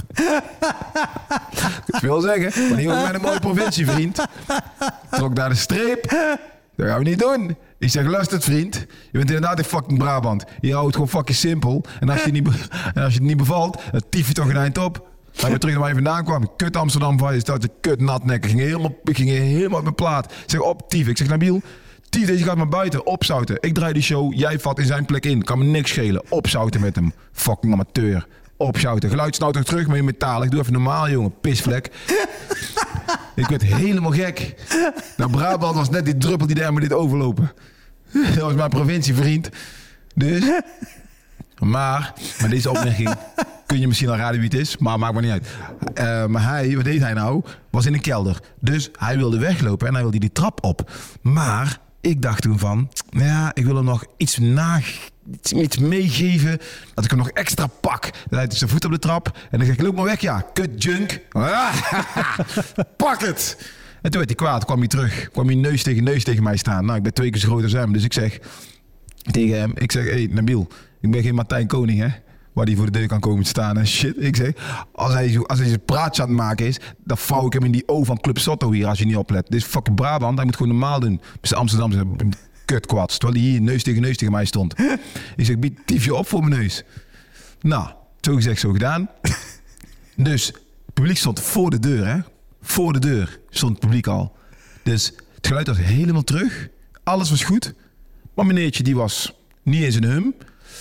Speaker 2: Ik wil zeggen, maar hier was mij een mooie provincie, vriend. Trok daar de streep. Dat gaan we niet doen. Ik zeg, luister vriend. Je bent inderdaad in fucking Brabant. Hier houdt het gewoon fucking simpel. En als je het niet bevalt, dan tief je toch een eind op. Dan weer terug naar waar je vandaan kwam. Kut Amsterdam van je staat de kut natnek. Ik ging helemaal op mijn plaat. Ik zeg op tief. Ik zeg Nabil, tief deze gaat maar buiten. Opzouten. Ik draai die show. Jij vat in zijn plek in. Kan me niks schelen. Opzouten met hem. Fucking amateur. Opzouten. Geluid snauwt toch terug met je metaal. Ik doe even normaal jongen. Pisvlek. Ik werd helemaal gek. Nou, Brabant was net die druppel die daar met dit overlopen. Dat was mijn provincie, vriend. Dus. Maar deze opmerking kun je misschien al raden wie het is, maar maakt maar niet uit. Maar wat deed hij nou? Was in een kelder. Dus hij wilde weglopen en hij wilde die trap op. Maar ik dacht toen van, ik wil hem nog iets meegeven, dat ik hem nog extra pak. Dan hij zijn voet op de trap en dan zeg ik, loop maar weg, ja, kut junk. Pak het! En toen werd hij kwaad, kwam hij terug. Kwam hij neus tegen mij staan. Nou, ik ben 2 keer zo groot als hem, dus ik zeg tegen hem, hey Nabil, ik ben geen Martijn Koning, hè? Waar die voor de deur kan komen te staan en shit. Ik zeg, als hij zijn praatje aan het maken is, dan vouw ik hem in die O van Club Sotto hier als je niet oplet. Dit is fucking Brabant, hij moet gewoon normaal doen. Bij Amsterdam zijn kutkwats, terwijl hij hier neus tegen mij stond. Ik zeg, bied tiefje op voor mijn neus. Nou, zo gezegd, zo gedaan. Dus het publiek stond voor de deur, hè? Voor de deur stond het publiek al. Dus het geluid was helemaal terug. Alles was goed. Maar meneertje, die was niet eens een hum.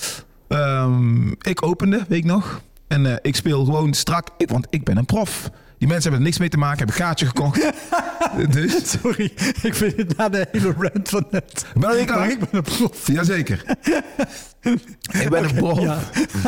Speaker 2: Ik opende, weet ik nog. En ik speel gewoon strak, want ik ben een prof. Die mensen hebben er niks mee te maken, hebben een kaartje gekocht. Dus.
Speaker 1: Sorry, ik vind het na de hele rant van net.
Speaker 2: Ben ik klaar?
Speaker 1: Ik ben een prof.
Speaker 2: Jazeker. Ik ben een prof. Ja.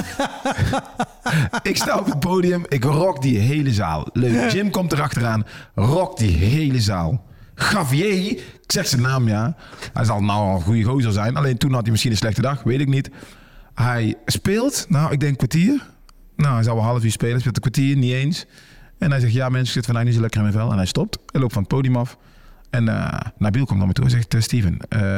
Speaker 2: Ik sta op het podium, ik rock die hele zaal. Leuk, Jim komt erachteraan, rock die hele zaal. Javier, ik zeg zijn naam, ja. Hij zal nou al een goede gozer zijn. Alleen toen had hij misschien een slechte dag, weet ik niet. Hij speelt, nou, ik denk een kwartier. Nou, hij zou wel een half uur spelen. Hij speelt een kwartier, niet eens. En hij zegt, ja mensen, ik zit vandaag niet zo lekker in mijn vel. En hij stopt. Hij loopt van het podium af. En Nabil komt naar me toe en zegt, Steven,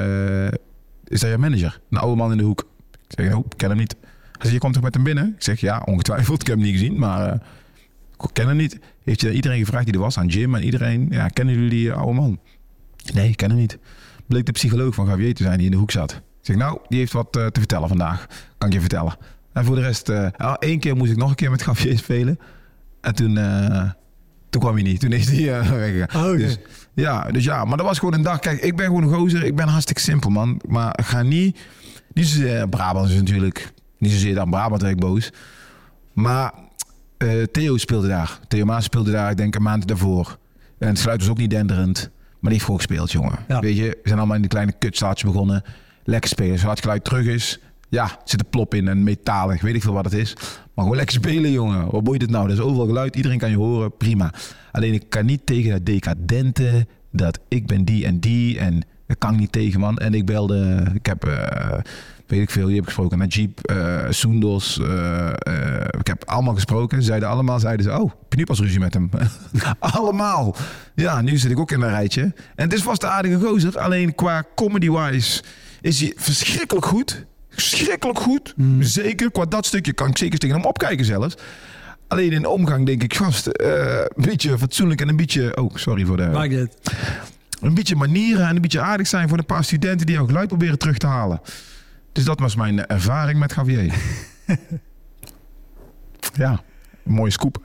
Speaker 2: is dat je manager? Een oude man in de hoek. Ik zeg, ik ken hem niet. Hij zegt, je komt toch met hem binnen? Ik zeg, ja, ongetwijfeld. Ik heb hem niet gezien, maar ik ken hem niet. Heeft je iedereen gevraagd die er was, aan Jim en iedereen? Ja, kennen jullie die oude man? Nee, ik ken hem niet. Bleek de psycholoog van Javier te zijn die in de hoek zat. Ik zeg, nou, die heeft wat te vertellen vandaag. Kan ik je vertellen. En voor de rest, 1 keer moest ik nog een keer met Javier spelen. En toen kwam hij niet. Toen is hij weggegaan. Oh, okay. Dus ja, maar dat was gewoon een dag. Kijk, ik ben gewoon een gozer. Ik ben hartstikke simpel, man. Maar ga niet zozeer Brabant is natuurlijk niet zozeer dan Brabant werd ik boos. Maar Theo speelde daar. Theo Maas speelde daar, ik denk een maand daarvoor. En het geluid was ook niet denderend. Maar die heeft gewoon gespeeld, jongen. Ja. Weet je, we zijn allemaal in die kleine kutstaaltje begonnen. Lekker spelen. Zoals het geluid terug is. Ja, zit een plop in en metalig. Weet ik veel wat het is. Maar gewoon lekker spelen, jongen. Wat boeit het nou? Er is overal geluid. Iedereen kan je horen. Prima. Alleen ik kan niet tegen dat decadente. Dat ik ben die en die. En dat kan ik niet tegen, man. En ik belde. Ik heb, weet ik veel. Je hebt gesproken. Najib, Soendos. Ik heb allemaal gesproken. Zeiden ze. Oh, heb je nu pas ruzie met hem? Allemaal. Ja, nu zit ik ook in een rijtje. En het is vast een aardige gozer. Alleen qua comedy-wise is hij verschrikkelijk goed. Schrikkelijk goed. Zeker, qua dat stukje kan ik zeker tegen hem opkijken zelfs. Alleen in de omgang denk ik, gast, een beetje fatsoenlijk en een beetje... Oh, sorry voor de... Een beetje manieren en een beetje aardig zijn voor een paar studenten die jouw geluid proberen terug te halen. Dus dat was mijn ervaring met Javier. Ja. Mooie scoop.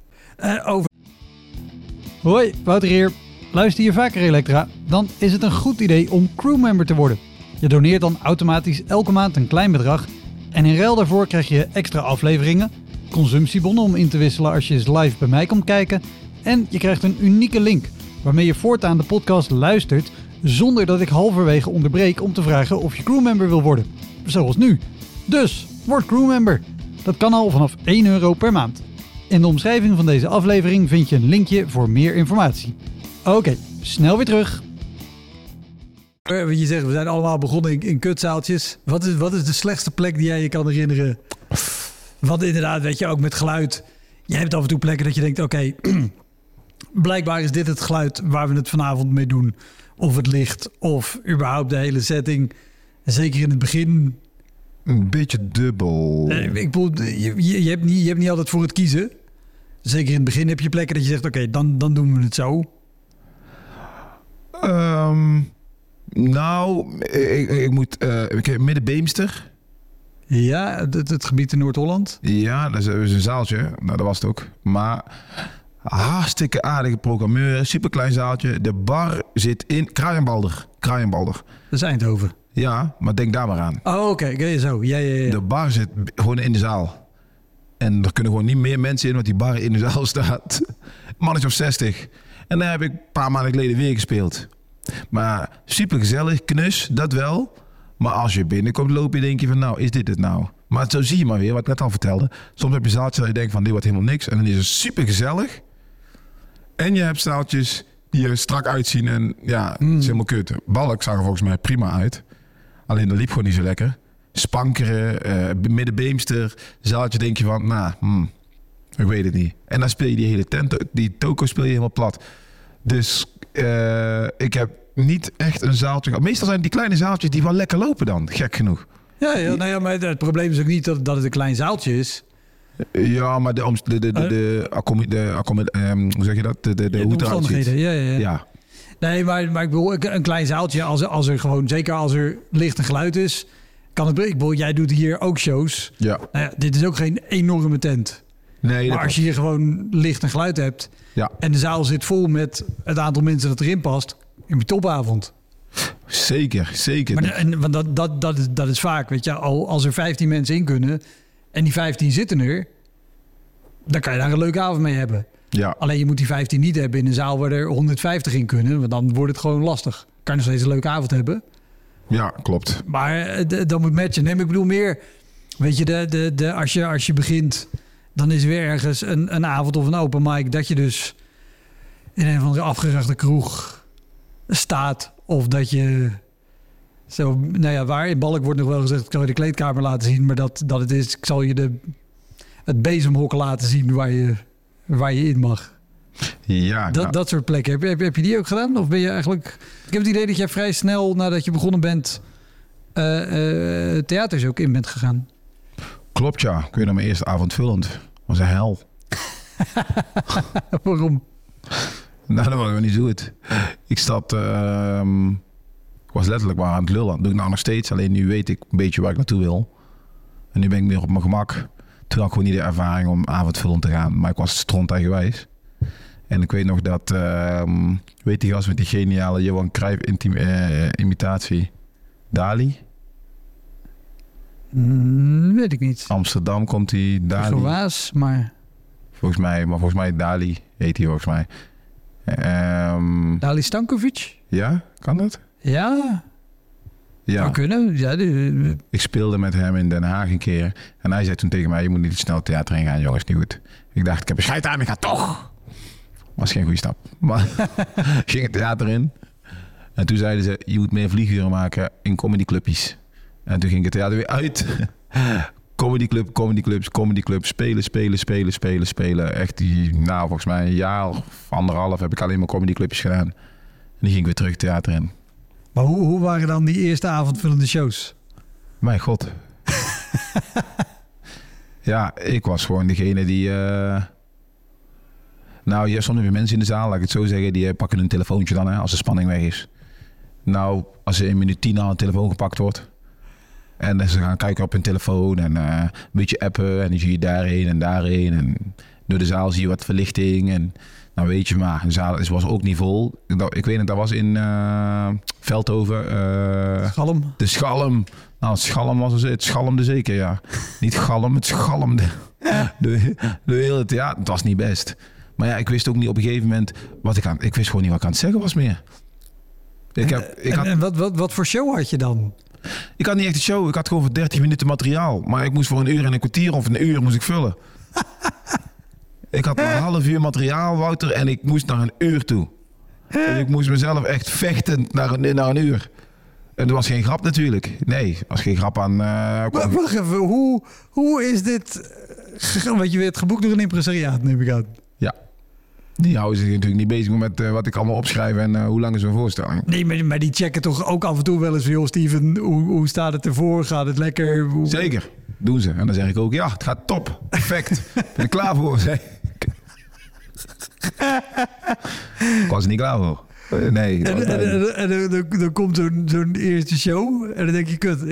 Speaker 1: Hoi, Wouter hier. Luister je vaker Elektra? Dan is het een goed idee om crewmember te worden. Je doneert dan automatisch elke maand een klein bedrag. En in ruil daarvoor krijg je extra afleveringen, consumptiebonnen om in te wisselen als je eens live bij mij komt kijken. En je krijgt een unieke link waarmee je voortaan de podcast luistert zonder dat ik halverwege onderbreek om te vragen of je crewmember wil worden. Zoals nu. Dus, word crewmember. Dat kan al vanaf €1 per maand. In de omschrijving van deze aflevering vind je een linkje voor meer informatie. Oké, snel weer terug. Je zegt, we zijn allemaal begonnen in kutzaaltjes. Wat is de slechtste plek die jij je kan herinneren? Want inderdaad, weet je, ook met geluid. Je hebt af en toe plekken dat je denkt, oké, blijkbaar is dit het geluid waar we het vanavond mee doen. Of het licht, of überhaupt de hele setting. En zeker in het begin.
Speaker 2: Een beetje dubbel.
Speaker 1: Ik bedoel, je hebt niet altijd voor het kiezen. Zeker in het begin heb je plekken dat je zegt, oké, dan doen we het zo.
Speaker 2: Nou, ik moet... ik heb Middenbeemster.
Speaker 1: Ja, het gebied in Noord-Holland.
Speaker 2: Ja, dat is een zaaltje. Nou, dat was het ook. Maar hartstikke aardige programmeur. Superklein zaaltje. De bar zit in Kraaienbalder.
Speaker 1: Dat is Eindhoven.
Speaker 2: Ja, maar denk daar maar aan.
Speaker 1: Oh, oké, zo. Ja.
Speaker 2: De bar zit gewoon in de zaal. En er kunnen gewoon niet meer mensen in, want die bar in de zaal staat. Mannetje of 60. En daar heb ik een paar maanden geleden weer gespeeld. Maar super gezellig, knus, dat wel. Maar als je binnenkomt loop je denk je van, nou, is dit het nou? Maar zo zie je maar weer, wat ik net al vertelde. Soms heb je zaaltjes dat je denkt van, dit wordt helemaal niks. En dan is het super gezellig. En je hebt zaaltjes die er strak uitzien en ja, het is helemaal kut. Balk zag er volgens mij prima uit. Alleen dat liep gewoon niet zo lekker. Spankeren, Middenbeemster, zaaltje denk je van, nou, ik weet het niet. En dan speel je die hele tent, die toko speel je helemaal plat. Dus ik heb niet echt een zaaltje gehad. Meestal zijn het die kleine zaaltjes die wel lekker lopen dan, gek genoeg.
Speaker 1: Ja, nou ja, maar het probleem is ook niet dat het een klein zaaltje is.
Speaker 2: Ja, maar hoe zeg je dat? De hoe het eruit ziet. Ja.
Speaker 1: Nee, maar ik bedoel, een klein zaaltje, als er gewoon, zeker als er licht en geluid is, kan het. Ik bedoel, jij doet hier ook shows. Ja. Nou ja, dit is ook geen enorme tent.
Speaker 2: Nee,
Speaker 1: maar als je hier gewoon licht en geluid hebt,
Speaker 2: ja,
Speaker 1: en de zaal zit vol met het aantal mensen dat erin past, heb je topavond.
Speaker 2: Zeker.
Speaker 1: Maar want dat is vaak, weet je, als er 15 mensen in kunnen en die 15 zitten er, dan kan je daar een leuke avond mee hebben.
Speaker 2: Ja.
Speaker 1: Alleen je moet die 15 niet hebben in een zaal waar er 150 in kunnen, want dan wordt het gewoon lastig. Kan je nog steeds een leuke avond hebben.
Speaker 2: Ja, klopt.
Speaker 1: Maar dan moet matchen. Nee, maar ik bedoel meer, weet je, als je begint, dan is er weer ergens een avond of een open mic dat je dus in een of andere afgerachte kroeg staat. Of dat je zo, nou ja, waar in Balk wordt nog wel gezegd, ik zal je de kleedkamer laten zien, maar dat het is, ik zal je het bezemhok laten zien waar je in mag.
Speaker 2: Ja,
Speaker 1: dat soort plekken. Heb je die ook gedaan? Of ben je eigenlijk... Ik heb het idee dat jij vrij snel nadat je begonnen bent theaters ook in bent gegaan.
Speaker 2: Klopt, ja. Ik weet nog mijn eerste avond vullend. Was een hel.
Speaker 1: Waarom?
Speaker 2: Nou, dat was niet zo goed. Ik was letterlijk maar aan het lullen. Dat doe ik nou nog steeds. Alleen nu weet ik een beetje waar ik naartoe wil. En nu ben ik meer op mijn gemak. Toen had ik gewoon niet de ervaring om avondvullend te gaan. Maar ik was strontajgewijs. En ik weet nog dat, weet die gast met die geniale Johan Cruijff imitatie, Dali?
Speaker 1: Weet ik niet.
Speaker 2: Amsterdam komt die Dali.
Speaker 1: Gewaas, maar...
Speaker 2: Volgens mij Dali heet hij volgens mij.
Speaker 1: Dali Stankovic?
Speaker 2: Ja, kan dat?
Speaker 1: Ja. Zou kunnen. Ja,
Speaker 2: Ik speelde met hem in Den Haag een keer. En hij zei toen tegen mij, je moet niet te snel theater in gaan, jongens, niet goed. Ik dacht, ik heb een scheid aan, ik ga toch. Was geen goede stap. Maar ging het theater in. En toen zeiden ze, je moet meer vlieguren maken in comedyclubjes. En toen ging het theater weer uit. Comedyclubs, spelen. Echt volgens mij een jaar of anderhalf heb ik alleen maar comedyclubjes gedaan. En die ging ik weer terug theater in.
Speaker 1: Maar hoe waren dan die eerste avondvullende shows?
Speaker 2: Mijn god. Ja, ik was gewoon degene die... Nou, je hebt soms weer mensen in de zaal, laat ik het zo zeggen, die pakken hun telefoontje dan, als de spanning weg is. Nou, als er in minuut 10 al een telefoon gepakt wordt. En ze gaan kijken op hun telefoon en een beetje appen en dan zie je daarheen en daarheen. En door de zaal zie je wat verlichting. En nou weet je maar, de zaal was ook niet vol. Ik weet het, dat was in Veldhoven.
Speaker 1: Schalm.
Speaker 2: De Schalm. Nou, het Schalm was het schalmde zeker, ja. Niet galm, het schalmde. De hele theater, het was niet best. Maar ja, ik wist ook niet op een gegeven moment ik wist gewoon niet wat ik aan het zeggen was meer.
Speaker 1: En wat voor show had je dan?
Speaker 2: Ik had niet echt een show. Ik had gewoon voor 30 minuten materiaal. Maar ik moest voor 1 uur en een kwartier of 1 uur moest ik vullen. Ik had een half uur materiaal, Wouter, en ik moest naar 1 uur toe. Dus ik moest mezelf echt vechten naar een uur. En er was geen grap natuurlijk. Nee, er was geen grap aan...
Speaker 1: Wacht even, hoe is dit gegaan? Want je werd geboekt door een impresariaat, neem ik aan.
Speaker 2: Ja. Die houden zich natuurlijk niet bezig met wat ik allemaal opschrijf en hoe lang is een voorstelling.
Speaker 1: Nee, maar die checken toch ook af en toe wel eens van... joh, Steven, hoe staat het ervoor? Gaat het lekker?
Speaker 2: Zeker, doen ze. En dan zeg ik ook, ja, het gaat top. Perfect. Ben ik klaar voor? Zeg. Ik was er niet klaar voor. Nee.
Speaker 1: En dan komt zo'n eerste show en dan denk je, kut,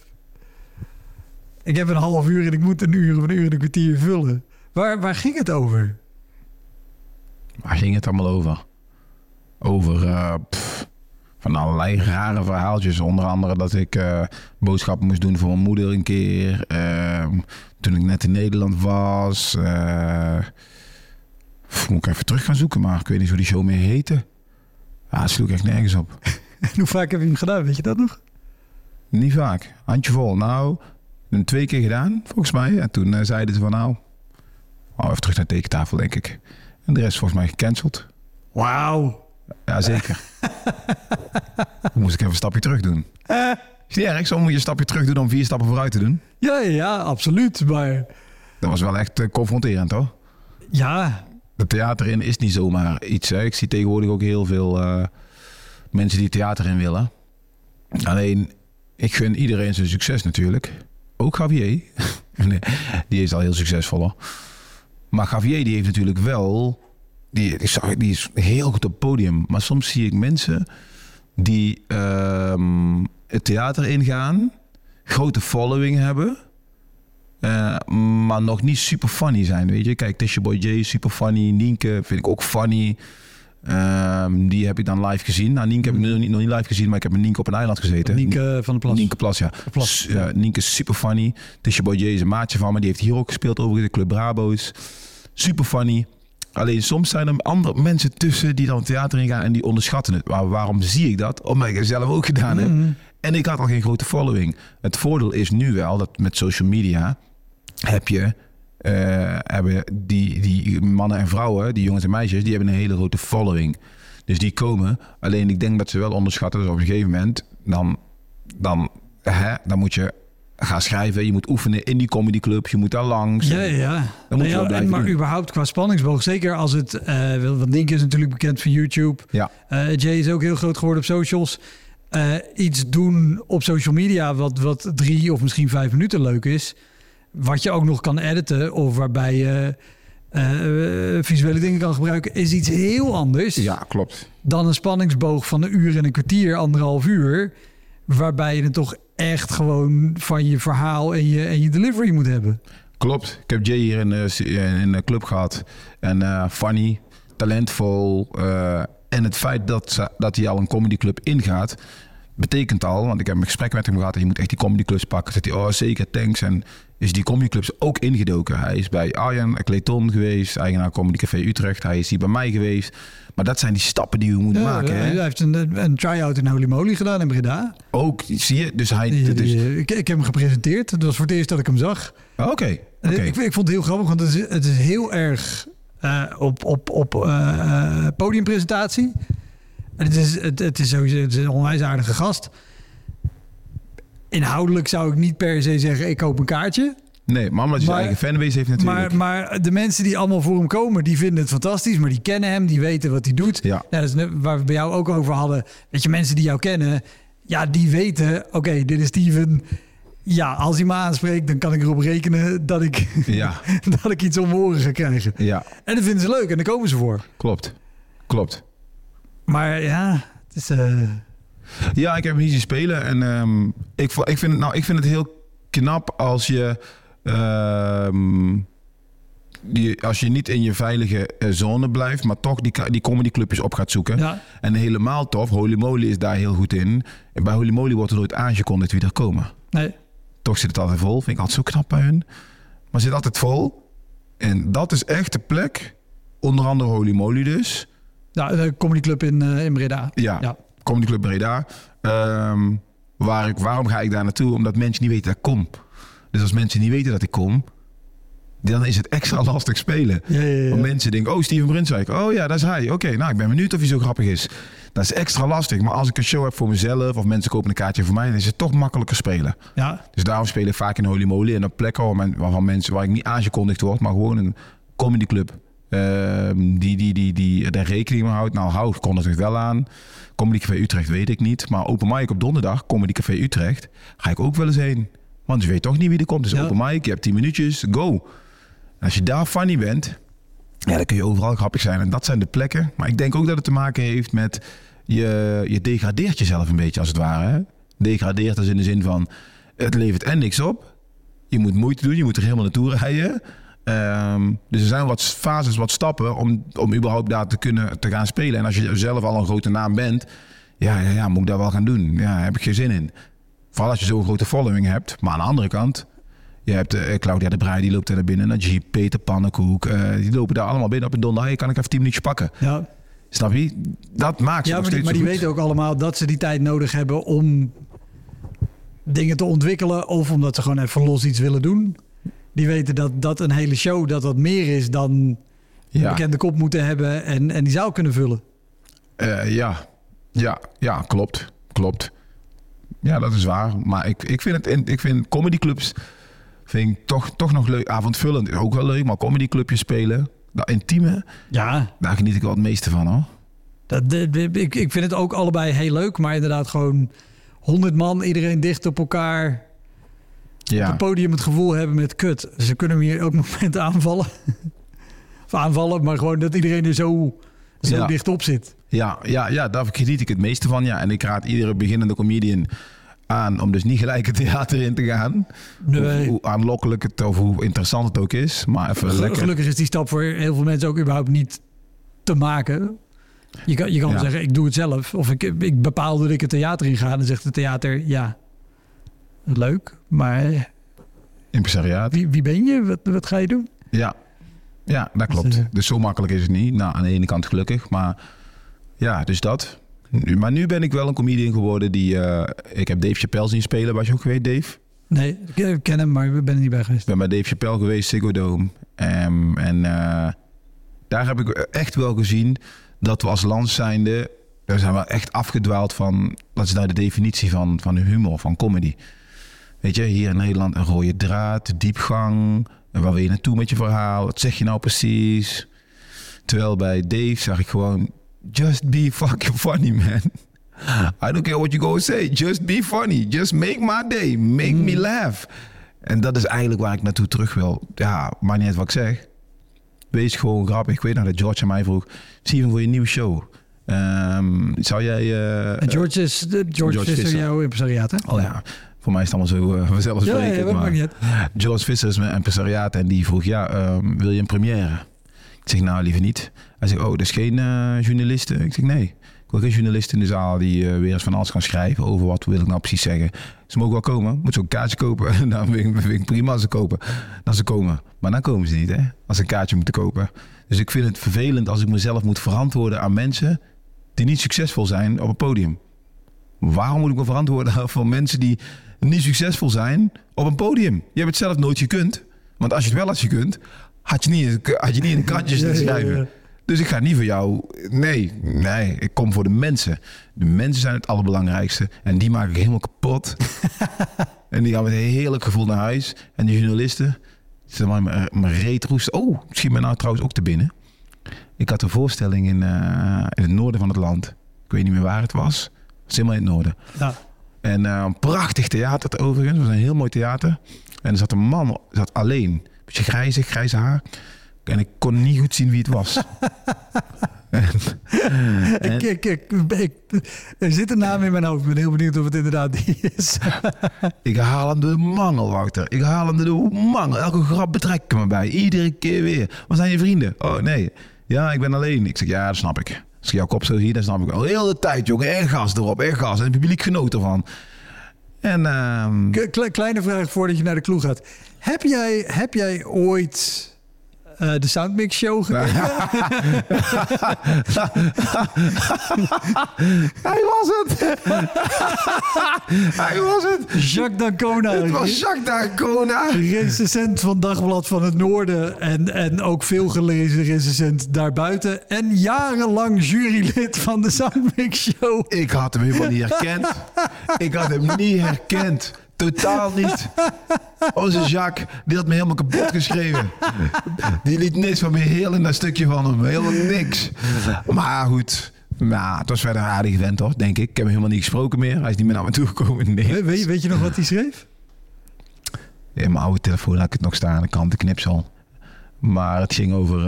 Speaker 1: ik heb een half uur en ik moet 1 uur of 1 uur en een kwartier vullen. Waar ging het over?
Speaker 2: Waar ging het allemaal over? Over van allerlei rare verhaaltjes. Onder andere dat ik boodschappen moest doen voor mijn moeder een keer. Toen ik net in Nederland was. Moet ik even terug gaan zoeken, maar ik weet niet hoe die show meer heette. Ja, het sloeg echt nergens op.
Speaker 1: En hoe vaak heb je hem gedaan, weet je dat nog?
Speaker 2: Niet vaak. Handjevol. Nou, hem 2 keer gedaan, volgens mij. En toen zeiden ze van nou, even terug naar de tekentafel, denk ik. En de rest is volgens mij gecanceld.
Speaker 1: Wauw.
Speaker 2: Ja, zeker. Dan moest ik even een stapje terug doen. Is niet erg, zo moet je een stapje terug doen om 4 stappen vooruit te doen.
Speaker 1: Ja, absoluut. Maar
Speaker 2: Dat was wel echt confronterend, hoor.
Speaker 1: ja,
Speaker 2: De theater in is niet zomaar iets. Hè. Ik zie tegenwoordig ook heel veel mensen die theater in willen. Alleen, ik gun iedereen zijn succes natuurlijk. Ook Javier. Nee, die is al heel succesvol, hoor. Maar Javier die heeft natuurlijk wel... Die is heel goed op het podium. Maar soms zie ik mensen die het theater ingaan, grote following hebben, maar nog niet super funny zijn. Weet je, kijk, Tisha Boy J is super funny. Nienke vind ik ook funny. Die heb ik dan live gezien. Nou, Nienke heb ik nog niet live gezien, maar ik heb met Nienke op een eiland gezeten.
Speaker 1: Nienke van de Plas.
Speaker 2: Nienke Plas, ja. Nienke is super funny. Tisha Boy J is een maatje van me. Die heeft hier ook gespeeld over de Club Brabo's. Super funny. Alleen soms zijn er andere mensen tussen die dan het theater ingaan en die onderschatten het. Maar waarom zie ik dat? Omdat ik het zelf ook gedaan heb. En ik had al geen grote following. Het voordeel is nu wel dat met social media hebben die mannen en vrouwen, die jongens en meisjes, die hebben een hele grote following. Dus die komen. Alleen ik denk dat ze wel onderschatten. Dus op een gegeven moment dan moet je gaan schrijven. Je moet oefenen in die comedyclub. Je moet daar langs.
Speaker 1: Ja.
Speaker 2: Dan moet je wel blijven
Speaker 1: maar
Speaker 2: doen.
Speaker 1: überhaupt qua spanningsboog. Zeker als het... want Nienke is natuurlijk bekend van YouTube.
Speaker 2: Ja.
Speaker 1: Jay is ook heel groot geworden op socials. Iets doen op social media wat 3 of misschien 5 minuten leuk is. Wat je ook nog kan editen. Of waarbij je visuele dingen kan gebruiken. Is iets heel anders.
Speaker 2: Ja, klopt.
Speaker 1: Dan een spanningsboog van 1 uur en een kwartier, 1,5 uur. Waarbij je het toch echt gewoon van je verhaal en je delivery moet hebben.
Speaker 2: Klopt. Ik heb Jay hier in de club gehad. En funny, talentvol. En het feit dat hij al een comedyclub ingaat, betekent al, want ik heb een gesprek met hem gehad, en je moet echt die comedyclubs pakken. Zegt hij, oh zeker, thanks. En is die comedyclubs ook ingdoken. Hij is bij Arjan Clayton geweest, eigenaar Comedy Café Utrecht. Hij is hier bij mij geweest. Maar dat zijn die stappen die we moeten maken. Hè?
Speaker 1: Hij heeft een try-out in Holy Moly gedaan in Breda.
Speaker 2: Ook, zie je? Dus hij...
Speaker 1: Ik heb hem gepresenteerd. Het was voor het eerst dat ik hem zag.
Speaker 2: Oké.
Speaker 1: Ik vond het heel grappig, want het is heel erg op podiumpresentatie. En het is een onwijs aardige gast. Inhoudelijk zou ik niet per se zeggen, ik koop een kaartje.
Speaker 2: Nee, maar omdat je zijn eigen fanbase heeft natuurlijk.
Speaker 1: Maar de mensen die allemaal voor hem komen, die vinden het fantastisch. Maar die kennen hem, die weten wat hij doet.
Speaker 2: Ja.
Speaker 1: Dat is waar we bij jou ook over hadden. Weet je, mensen die jou kennen, ja, die weten, oké, dit is Steven. Ja, als hij me aanspreekt, dan kan ik erop rekenen dat ik, dat ik iets om mijn oren ga krijgen. Ja. En dat vinden ze leuk en daar komen ze voor.
Speaker 2: Klopt.
Speaker 1: Maar ja, het is...
Speaker 2: Ja, ik heb hem niet zien spelen. En ik vind het heel knap als je als je niet in je veilige zone blijft, maar toch die comedyclubjes op gaat zoeken.
Speaker 1: Ja.
Speaker 2: En helemaal tof, Holy Moly is daar heel goed in. En bij Holy Moly wordt er nooit aangekondigd wie er komen.
Speaker 1: Nee.
Speaker 2: Toch zit het altijd vol. Vind ik altijd zo knap bij hun. Maar zit altijd vol. En dat is echt de plek. Onder andere Holy Moly dus.
Speaker 1: Ja, de comedyclub in Breda.
Speaker 2: Ja. Comedy Club Breda. Waarom ga ik daar naartoe? Omdat mensen niet weten dat ik kom. Dus als mensen niet weten dat ik kom, dan is het extra lastig spelen.
Speaker 1: Ja.
Speaker 2: Want mensen denken, oh, Steven Brunswijk. Oh ja, dat is hij. Oké, nou, ik ben benieuwd of hij zo grappig is. Dat is extra lastig. Maar als ik een show heb voor mezelf, of mensen kopen een kaartje voor mij, dan is het toch makkelijker spelen.
Speaker 1: Ja.
Speaker 2: Dus daarom speel ik vaak in Holy Moly. En op plekken waar ik niet aangekondigd word, maar gewoon een comedyclub. Die daar rekening mee houdt. Nou, Hout kon het wel aan. Comedy Café Utrecht weet ik niet. Maar Open Mic op donderdag, Comedy Café Utrecht, ga ik ook wel eens heen. Want je weet toch niet wie er komt. Dus Open Mic, je hebt 10 minuutjes, go. En als je daar funny bent, ja, dan kun je overal grappig zijn. En dat zijn de plekken. Maar ik denk ook dat het te maken heeft met je degradeert jezelf een beetje, als het ware. Hè? Degradeert dus in de zin van, het levert en niks op. Je moet moeite doen, je moet er helemaal naartoe rijden. Dus er zijn wat fases, wat stappen om überhaupt daar te gaan spelen. En als je zelf al een grote naam bent, ja, moet ik dat wel gaan doen. Ja, daar heb ik geen zin in. Vooral als je zo'n grote following hebt. Maar aan de andere kant, je hebt Claudia de Breij, die loopt daar naar binnen. Najib, Peter Pannenkoek, die lopen daar allemaal binnen op een donderdag. Kan ik even 10 minuutjes pakken?
Speaker 1: Ja.
Speaker 2: Snap je? Dat maakt ze nog steeds
Speaker 1: maar die
Speaker 2: zo goed.
Speaker 1: weten ook allemaal dat ze die tijd nodig hebben om dingen te ontwikkelen. Of omdat ze gewoon even los iets willen doen. Die weten dat een hele show dat meer is dan een bekende kop moeten hebben en die zaal kunnen vullen.
Speaker 2: Ja, klopt. Ja, dat is waar. Maar ik vind comedyclubs vind ik toch nog leuk. Avondvullend is ook wel leuk, maar comedyclubjes spelen, dat intieme, daar geniet ik wel het meeste van, hoor.
Speaker 1: Ik vind het ook allebei heel leuk, maar inderdaad gewoon 100 man, iedereen dicht op elkaar.
Speaker 2: Ja.
Speaker 1: Op het podium het gevoel hebben met kut. Ze kunnen me hier ook momenten aanvallen. Of aanvallen, maar gewoon dat iedereen er zo dicht op zit.
Speaker 2: Ja, daar geniet ik het meeste van. Ja. En ik raad iedere beginnende comedian aan om dus niet gelijk het theater in te gaan.
Speaker 1: Nee.
Speaker 2: Hoe aanlokkelijk het of hoe interessant het ook is. Maar even lekker.
Speaker 1: Gelukkig is die stap voor heel veel mensen ook überhaupt niet te maken. Je kan wel zeggen, ik doe het zelf. Of ik bepaal dat ik het theater in ga. Dan zegt het theater, ja, leuk, maar
Speaker 2: impresariaat.
Speaker 1: Wie ben je? Wat ga je doen?
Speaker 2: Ja, dat klopt. Dus zo makkelijk is het niet. Nou, aan de ene kant gelukkig, maar ja, dus dat. Maar nu ben ik wel een comedian geworden die... ik heb Dave Chappelle zien spelen. Was je ook geweest, Dave?
Speaker 1: Nee, ik ken hem, maar ik ben er niet bij geweest.
Speaker 2: Ik ben bij Dave Chappelle geweest, Ziggo Dome. En daar heb ik echt wel gezien dat we als land zijnde... We zijn wel echt afgedwaald van... Dat is nou de definitie van humor, van comedy. Weet je, hier in Nederland een rode draad, diepgang. En waar wil je naartoe met je verhaal? Wat zeg je nou precies? Terwijl bij Dave zag ik gewoon... Just be fucking funny, man. I don't care what you go say. Just be funny. Just make my day. Make me laugh. En dat is eigenlijk waar ik naartoe terug wil. Ja, maar niet uit wat ik zeg. Wees gewoon grappig. Ik weet nog dat George aan mij vroeg... Steven, voor je nieuwe show... zou jij...
Speaker 1: George Visser, jouw impresariaat, hè?
Speaker 2: Oh ja, voor mij is het allemaal zo vanzelfsprekend.
Speaker 1: Ja, dat maakt niet uit.
Speaker 2: George Visser is mijn impresariaat en die vroeg... wil je een première? Ik zeg, nou, liever niet. Hij zegt, oh, dat is geen journalisten? Ik zeg, nee. Ik wil geen journalist in de zaal die weer eens van alles kan schrijven... over wat wil ik nou precies zeggen. Ze mogen wel komen. Moeten ze ook een kaartje kopen? Dan vind ik prima als ze kopen. Dan ze komen. Maar dan komen ze niet, hè? Als ze een kaartje moeten kopen. Dus ik vind het vervelend als ik mezelf moet verantwoorden aan mensen... die niet succesvol zijn op een podium. Waarom moet ik me verantwoorden voor mensen die niet succesvol zijn op een podium? Je hebt het zelf nooit gekund. Want als je het wel had gekund, had je niet in krantjes te schrijven. Ja. Dus ik ga niet voor jou. Nee, ik kom voor de mensen. De mensen zijn het allerbelangrijkste. En die maak ik helemaal kapot. En die gaan met een heerlijk gevoel naar huis. En die journalisten, ze maar mijn reet roesten. Oh, misschien ben nou trouwens ook te binnen. Ik had een voorstelling in het noorden van het land. Ik weet niet meer waar het was. Het was helemaal in het noorden. Ja. En een prachtig theater overigens. Het was een heel mooi theater. En er zat een man, alleen. Beetje grijze haar. En ik kon niet goed zien wie het was.
Speaker 1: Er zit een naam in mijn hoofd. Ik ben heel benieuwd of het inderdaad die is.
Speaker 2: Ik haal hem de mangel, Wouter. Ik haal hem de mangel. Elke grap betrek ik me bij. Iedere keer weer. Waar zijn je vrienden? Oh, nee. Ja, ik ben alleen. Ik zeg, ja, dat snap ik. Als ik jouw kop zo zie, dan snap ik wel. Heel de tijd, jongen. En gas erop. En gas. En het publiek genoot ervan. En,
Speaker 1: Kleine vraag voordat je naar de kroeg gaat. Heb jij ooit de Soundmix Show gekeken?
Speaker 2: Hij was het. Hij was het.
Speaker 1: Jacques d'Ancona.
Speaker 2: Het was Jacques d'Ancona.
Speaker 1: Recensent van Dagblad van het Noorden. En ook veel gelezen recensent daarbuiten. En jarenlang jurylid van de Soundmix Show.
Speaker 2: Ik had hem helemaal niet herkend. Ik had hem niet herkend. Totaal niet. Onze Jacques, die had me helemaal kapot geschreven. Die liet niks van me, heel in dat stukje van hem. Helemaal niks. Maar goed, nou, het was verder een aardige vent, hoor, denk ik. Ik heb hem helemaal niet gesproken meer. Hij is niet meer naar me toegekomen. Nee.
Speaker 1: Weet je nog wat hij schreef?
Speaker 2: In mijn oude telefoon had ik het nog staan aan de kant, de knipsel. Maar het ging over...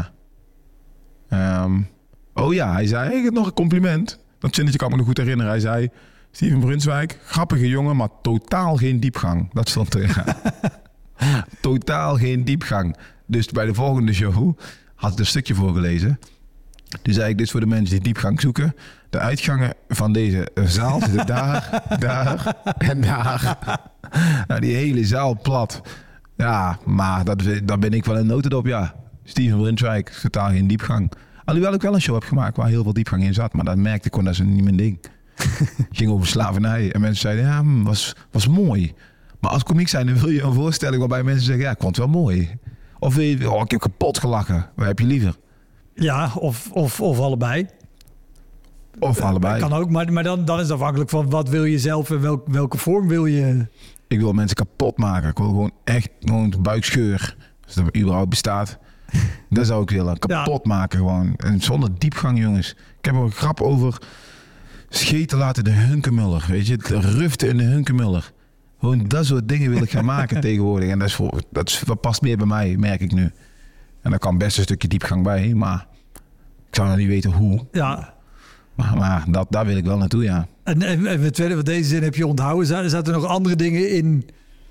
Speaker 2: oh ja, hij zei, ik heb nog een compliment. Dat zinnetje kan ik me nog goed herinneren. Hij zei... Steven Brunswijk, grappige jongen, maar totaal geen diepgang. Dat stond er. Totaal geen diepgang. Dus bij de volgende show had ik een stukje voorgelezen. Dus zei ik, dit voor de mensen die diepgang zoeken. De uitgangen van deze zaal zitten daar, daar en daar. Nou, die hele zaal plat. Ja, maar dat ben ik wel een notendop, ja. Steven Brunswijk, totaal geen diepgang. Alhoewel ik wel een show heb gemaakt waar heel veel diepgang in zat. Maar dat merkte ik gewoon, dat is niet mijn ding. Ging over slavernij. En mensen zeiden, ja, was mooi. Maar als komiek zijn, dan wil je een voorstelling waarbij mensen zeggen, ja, ik vond het wel mooi. Of wil je, ik heb kapot gelachen. Wat heb je liever?
Speaker 1: Ja, of allebei.
Speaker 2: Of allebei.
Speaker 1: Kan ook, maar dan is het afhankelijk van wat wil je zelf en welke vorm wil je.
Speaker 2: Ik wil mensen kapot maken. Ik wil gewoon echt een buikscheur. Als dat überhaupt bestaat. Dat zou ik willen. Kapot maken gewoon. En zonder diepgang, jongens. Ik heb er een grap over... Scheten laten de hunkemuller, weet je, de ruften in de hunkemuller. Gewoon dat soort dingen wil ik gaan maken tegenwoordig. En dat past meer bij mij, merk ik nu. En daar kan best een stukje diepgang bij, maar ik zou nog niet weten hoe.
Speaker 1: Ja.
Speaker 2: Maar daar wil ik wel naartoe, ja.
Speaker 1: En met tweede, van deze zin heb je onthouden. Zaten er nog andere dingen in?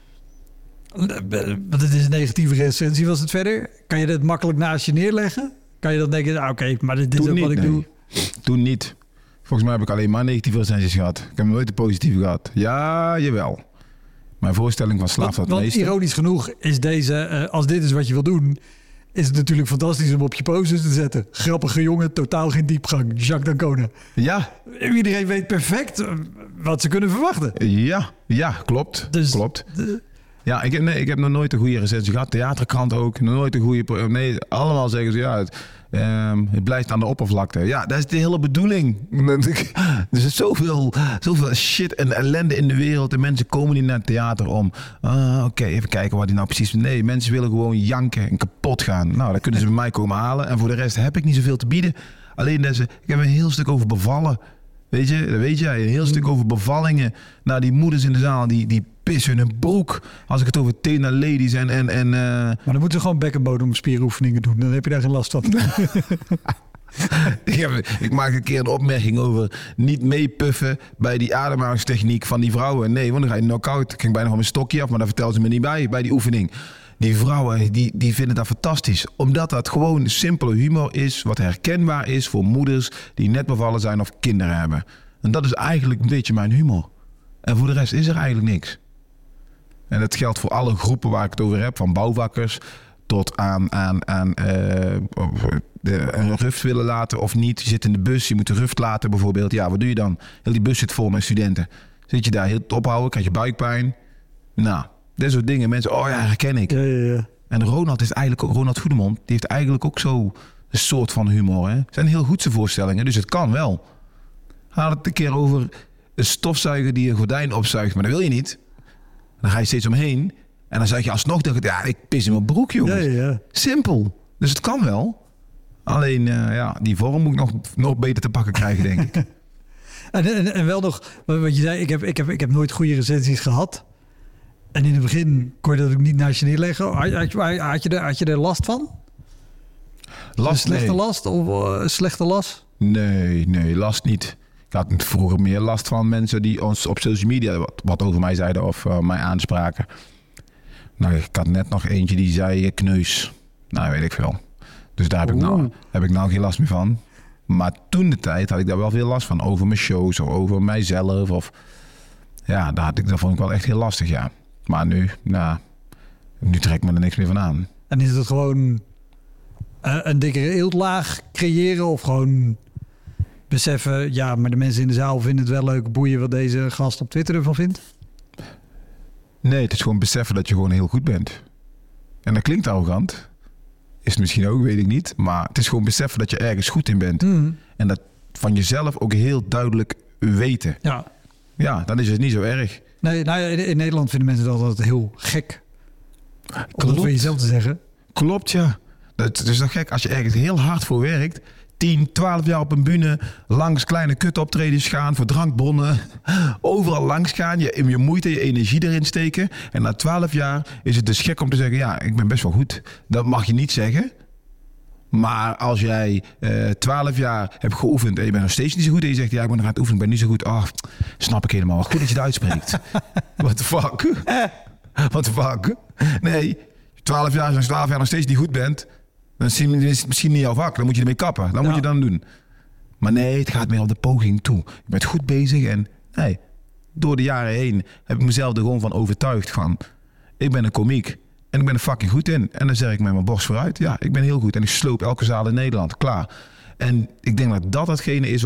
Speaker 1: Want het is een negatieve recensie, was het verder? Kan je dat makkelijk naast je neerleggen? Kan je dan denken, oké, maar dit is ook wat ik doe?
Speaker 2: Toen niet. Volgens mij heb ik alleen maar negatieve recensies gehad. Ik heb nooit de positieve gehad. Ja, jawel. Mijn voorstelling van Slaaf dat
Speaker 1: want
Speaker 2: meester.
Speaker 1: Ironisch genoeg is deze, als dit is wat je wil doen... is het natuurlijk fantastisch om op je posters te zetten. Grappige jongen, totaal geen diepgang. Jacques d'Ancona.
Speaker 2: Ja.
Speaker 1: Iedereen weet perfect wat ze kunnen verwachten.
Speaker 2: Ja, klopt.
Speaker 1: Dus,
Speaker 2: klopt. Ja, ik heb nog nooit een goede recensie gehad. Theaterkrant ook. Nog nooit een goede... Nee, allemaal zeggen ze ja... Het blijft aan de oppervlakte. Ja, dat is de hele bedoeling. Er is zoveel shit en ellende in de wereld. En mensen komen niet naar het theater om... Oké, even kijken wat die nou precies... Nee, mensen willen gewoon janken en kapot gaan. Nou, dan kunnen ze bij mij komen halen. En voor de rest heb ik niet zoveel te bieden. Alleen ik heb een heel stuk over bevallen. Weet je, dat weet jij. Een heel stuk over bevallingen. Nou, die moeders in de zaal, die pissen hun broek. Als ik het over tena ladies en
Speaker 1: Maar dan moeten ze gewoon bekkenbodemspieroefeningen doen. Dan heb je daar geen last van.
Speaker 2: Ik maak een keer een opmerking over niet meepuffen bij die ademhalingstechniek van die vrouwen. Nee, want dan ga je knock-out. Ik ging bijna van mijn stokje af, maar dat vertelde ze me niet bij die oefening. Die vrouwen, die vinden dat fantastisch. Omdat dat gewoon simpele humor is, wat herkenbaar is voor moeders die net bevallen zijn of kinderen hebben. En dat is eigenlijk een beetje mijn humor. En voor de rest is er eigenlijk niks. En dat geldt voor alle groepen waar ik het over heb, van bouwvakkers tot aan een ruft willen laten of niet. Je zit in de bus, je moet de ruft laten bijvoorbeeld. Ja, wat doe je dan? Heel die bus zit vol met studenten. Zit je daar heel ophouden, krijg je buikpijn. Nou, dat soort dingen. Mensen, oh ja, herken ik.
Speaker 1: Ja.
Speaker 2: En Ronald Goedemond, die heeft eigenlijk ook zo een soort van humor. Hè? Het zijn heel goed zijn voorstellingen, dus het kan wel. Hij had het een keer over een stofzuiger die een gordijn opzuigt, maar dat wil je niet. Dan ga je steeds omheen en dan zeg je alsnog, ja, ik pis in mijn broek, jongens.
Speaker 1: Ja.
Speaker 2: Simpel. Dus het kan wel. Alleen, die vorm moet ik nog beter te pakken krijgen, denk ik.
Speaker 1: En wel nog, wat je zei, ik heb nooit goede recensies gehad. En in het begin kon je dat ook niet naast je neerleggen. Had je er last van? Een slechte
Speaker 2: nee.
Speaker 1: last of slechte las?
Speaker 2: Nee, last niet. Ik had vroeger meer last van mensen die ons op social media wat over mij zeiden of mij aanspraken. Nou, ik had net nog eentje die zei kneus. Nou, weet ik veel. Dus daar heb ik nou geen last meer van. Maar toen de tijd had ik daar wel veel last van. Over mijn shows of over mijzelf. Of ja, dat vond ik wel echt heel lastig, ja. Maar nu trekt me er niks meer van aan.
Speaker 1: En is het gewoon een dikkere eeltlaag creëren of gewoon beseffen, ja, maar de mensen in de zaal vinden het wel leuk, boeien wat deze gast op Twitter ervan vindt?
Speaker 2: Nee, het is gewoon beseffen dat je gewoon heel goed bent. En dat klinkt arrogant. Is het misschien ook, weet ik niet. Maar het is gewoon beseffen dat je ergens goed in bent.
Speaker 1: Mm.
Speaker 2: En dat van jezelf ook heel duidelijk weten.
Speaker 1: Ja.
Speaker 2: Ja, dan is het niet zo erg.
Speaker 1: Nee, nou, in Nederland vinden mensen dat altijd heel gek. Om dat van jezelf te zeggen.
Speaker 2: Klopt, ja. Het is toch gek als je ergens heel hard voor werkt. 10, 12 jaar op een bühne, langs kleine kutoptredens gaan, voor drankbronnen, overal langs gaan, je moeite, je energie erin steken. En na 12 jaar is het dus gek om te zeggen, ja, ik ben best wel goed. Dat mag je niet zeggen. Maar als jij 12 jaar hebt geoefend en je bent nog steeds niet zo goed en je zegt, ja, ik ben nog aan het oefenen, ik ben niet zo goed. Oh, snap ik helemaal. Goed dat je het uitspreekt. What the fuck? What the fuck? Nee, 12 jaar, als je 12 jaar nog steeds niet goed bent, dan is het misschien niet jouw vak. Dan moet je ermee kappen. Dan moet je dan doen. Maar nee, het gaat meer op de poging toe. Je bent goed bezig en nee, door de jaren heen heb ik mezelf er gewoon van overtuigd van, ik ben een komiek en ik ben er fucking goed in. En dan zeg ik met mijn borst vooruit, ja, ik ben heel goed. En ik sloop elke zaal in Nederland, klaar. En ik denk dat hetgene is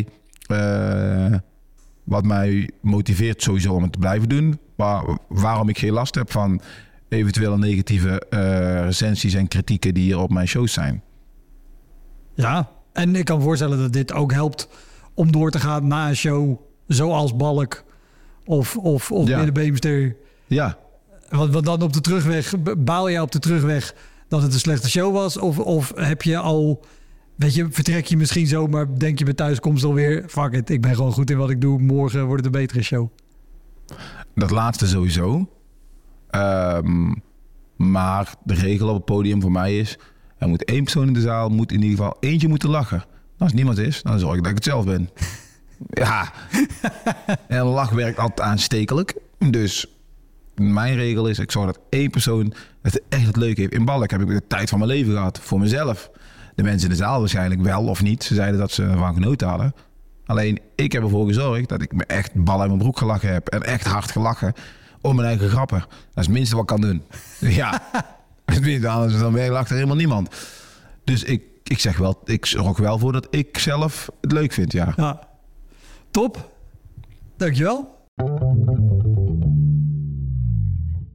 Speaker 2: wat mij motiveert sowieso om het te blijven doen. Maar waarom ik geen last heb van eventuele negatieve recensies en kritieken die hier op mijn shows zijn.
Speaker 1: Ja, en ik kan me voorstellen dat dit ook helpt om door te gaan na een show zoals Balk of
Speaker 2: Ja.
Speaker 1: de Beemster.
Speaker 2: Ja.
Speaker 1: Want dan op de terugweg, baal je op de terugweg dat het een slechte show was? Of heb je al, weet je, vertrek je misschien zo, maar denk je bij thuiskomst alweer, fuck it, ik ben gewoon goed in wat ik doe, morgen wordt het een betere show?
Speaker 2: Dat laatste sowieso. Maar de regel op het podium voor mij is, er moet 1 persoon in de zaal, moet in ieder geval eentje moeten lachen. Als niemand is, dan zorg ik dat ik het zelf ben. Ja. En een lach werkt altijd aanstekelijk. Dus mijn regel is, ik zorg dat 1 persoon het echt het leuk heeft. In Balk heb ik de tijd van mijn leven gehad, voor mezelf. De mensen in de zaal waarschijnlijk wel of niet. Ze zeiden dat ze ervan genoten hadden. Alleen, ik heb ervoor gezorgd dat ik me echt bal uit mijn broek gelachen heb. En echt hard gelachen om mijn eigen grappen. Dat is het minste wat ik kan doen. Ja, anders dan lacht er helemaal niemand. Dus ik zeg wel, ik zorg wel voor dat ik zelf het leuk vind, ja.
Speaker 1: Ja. Top. Dankjewel.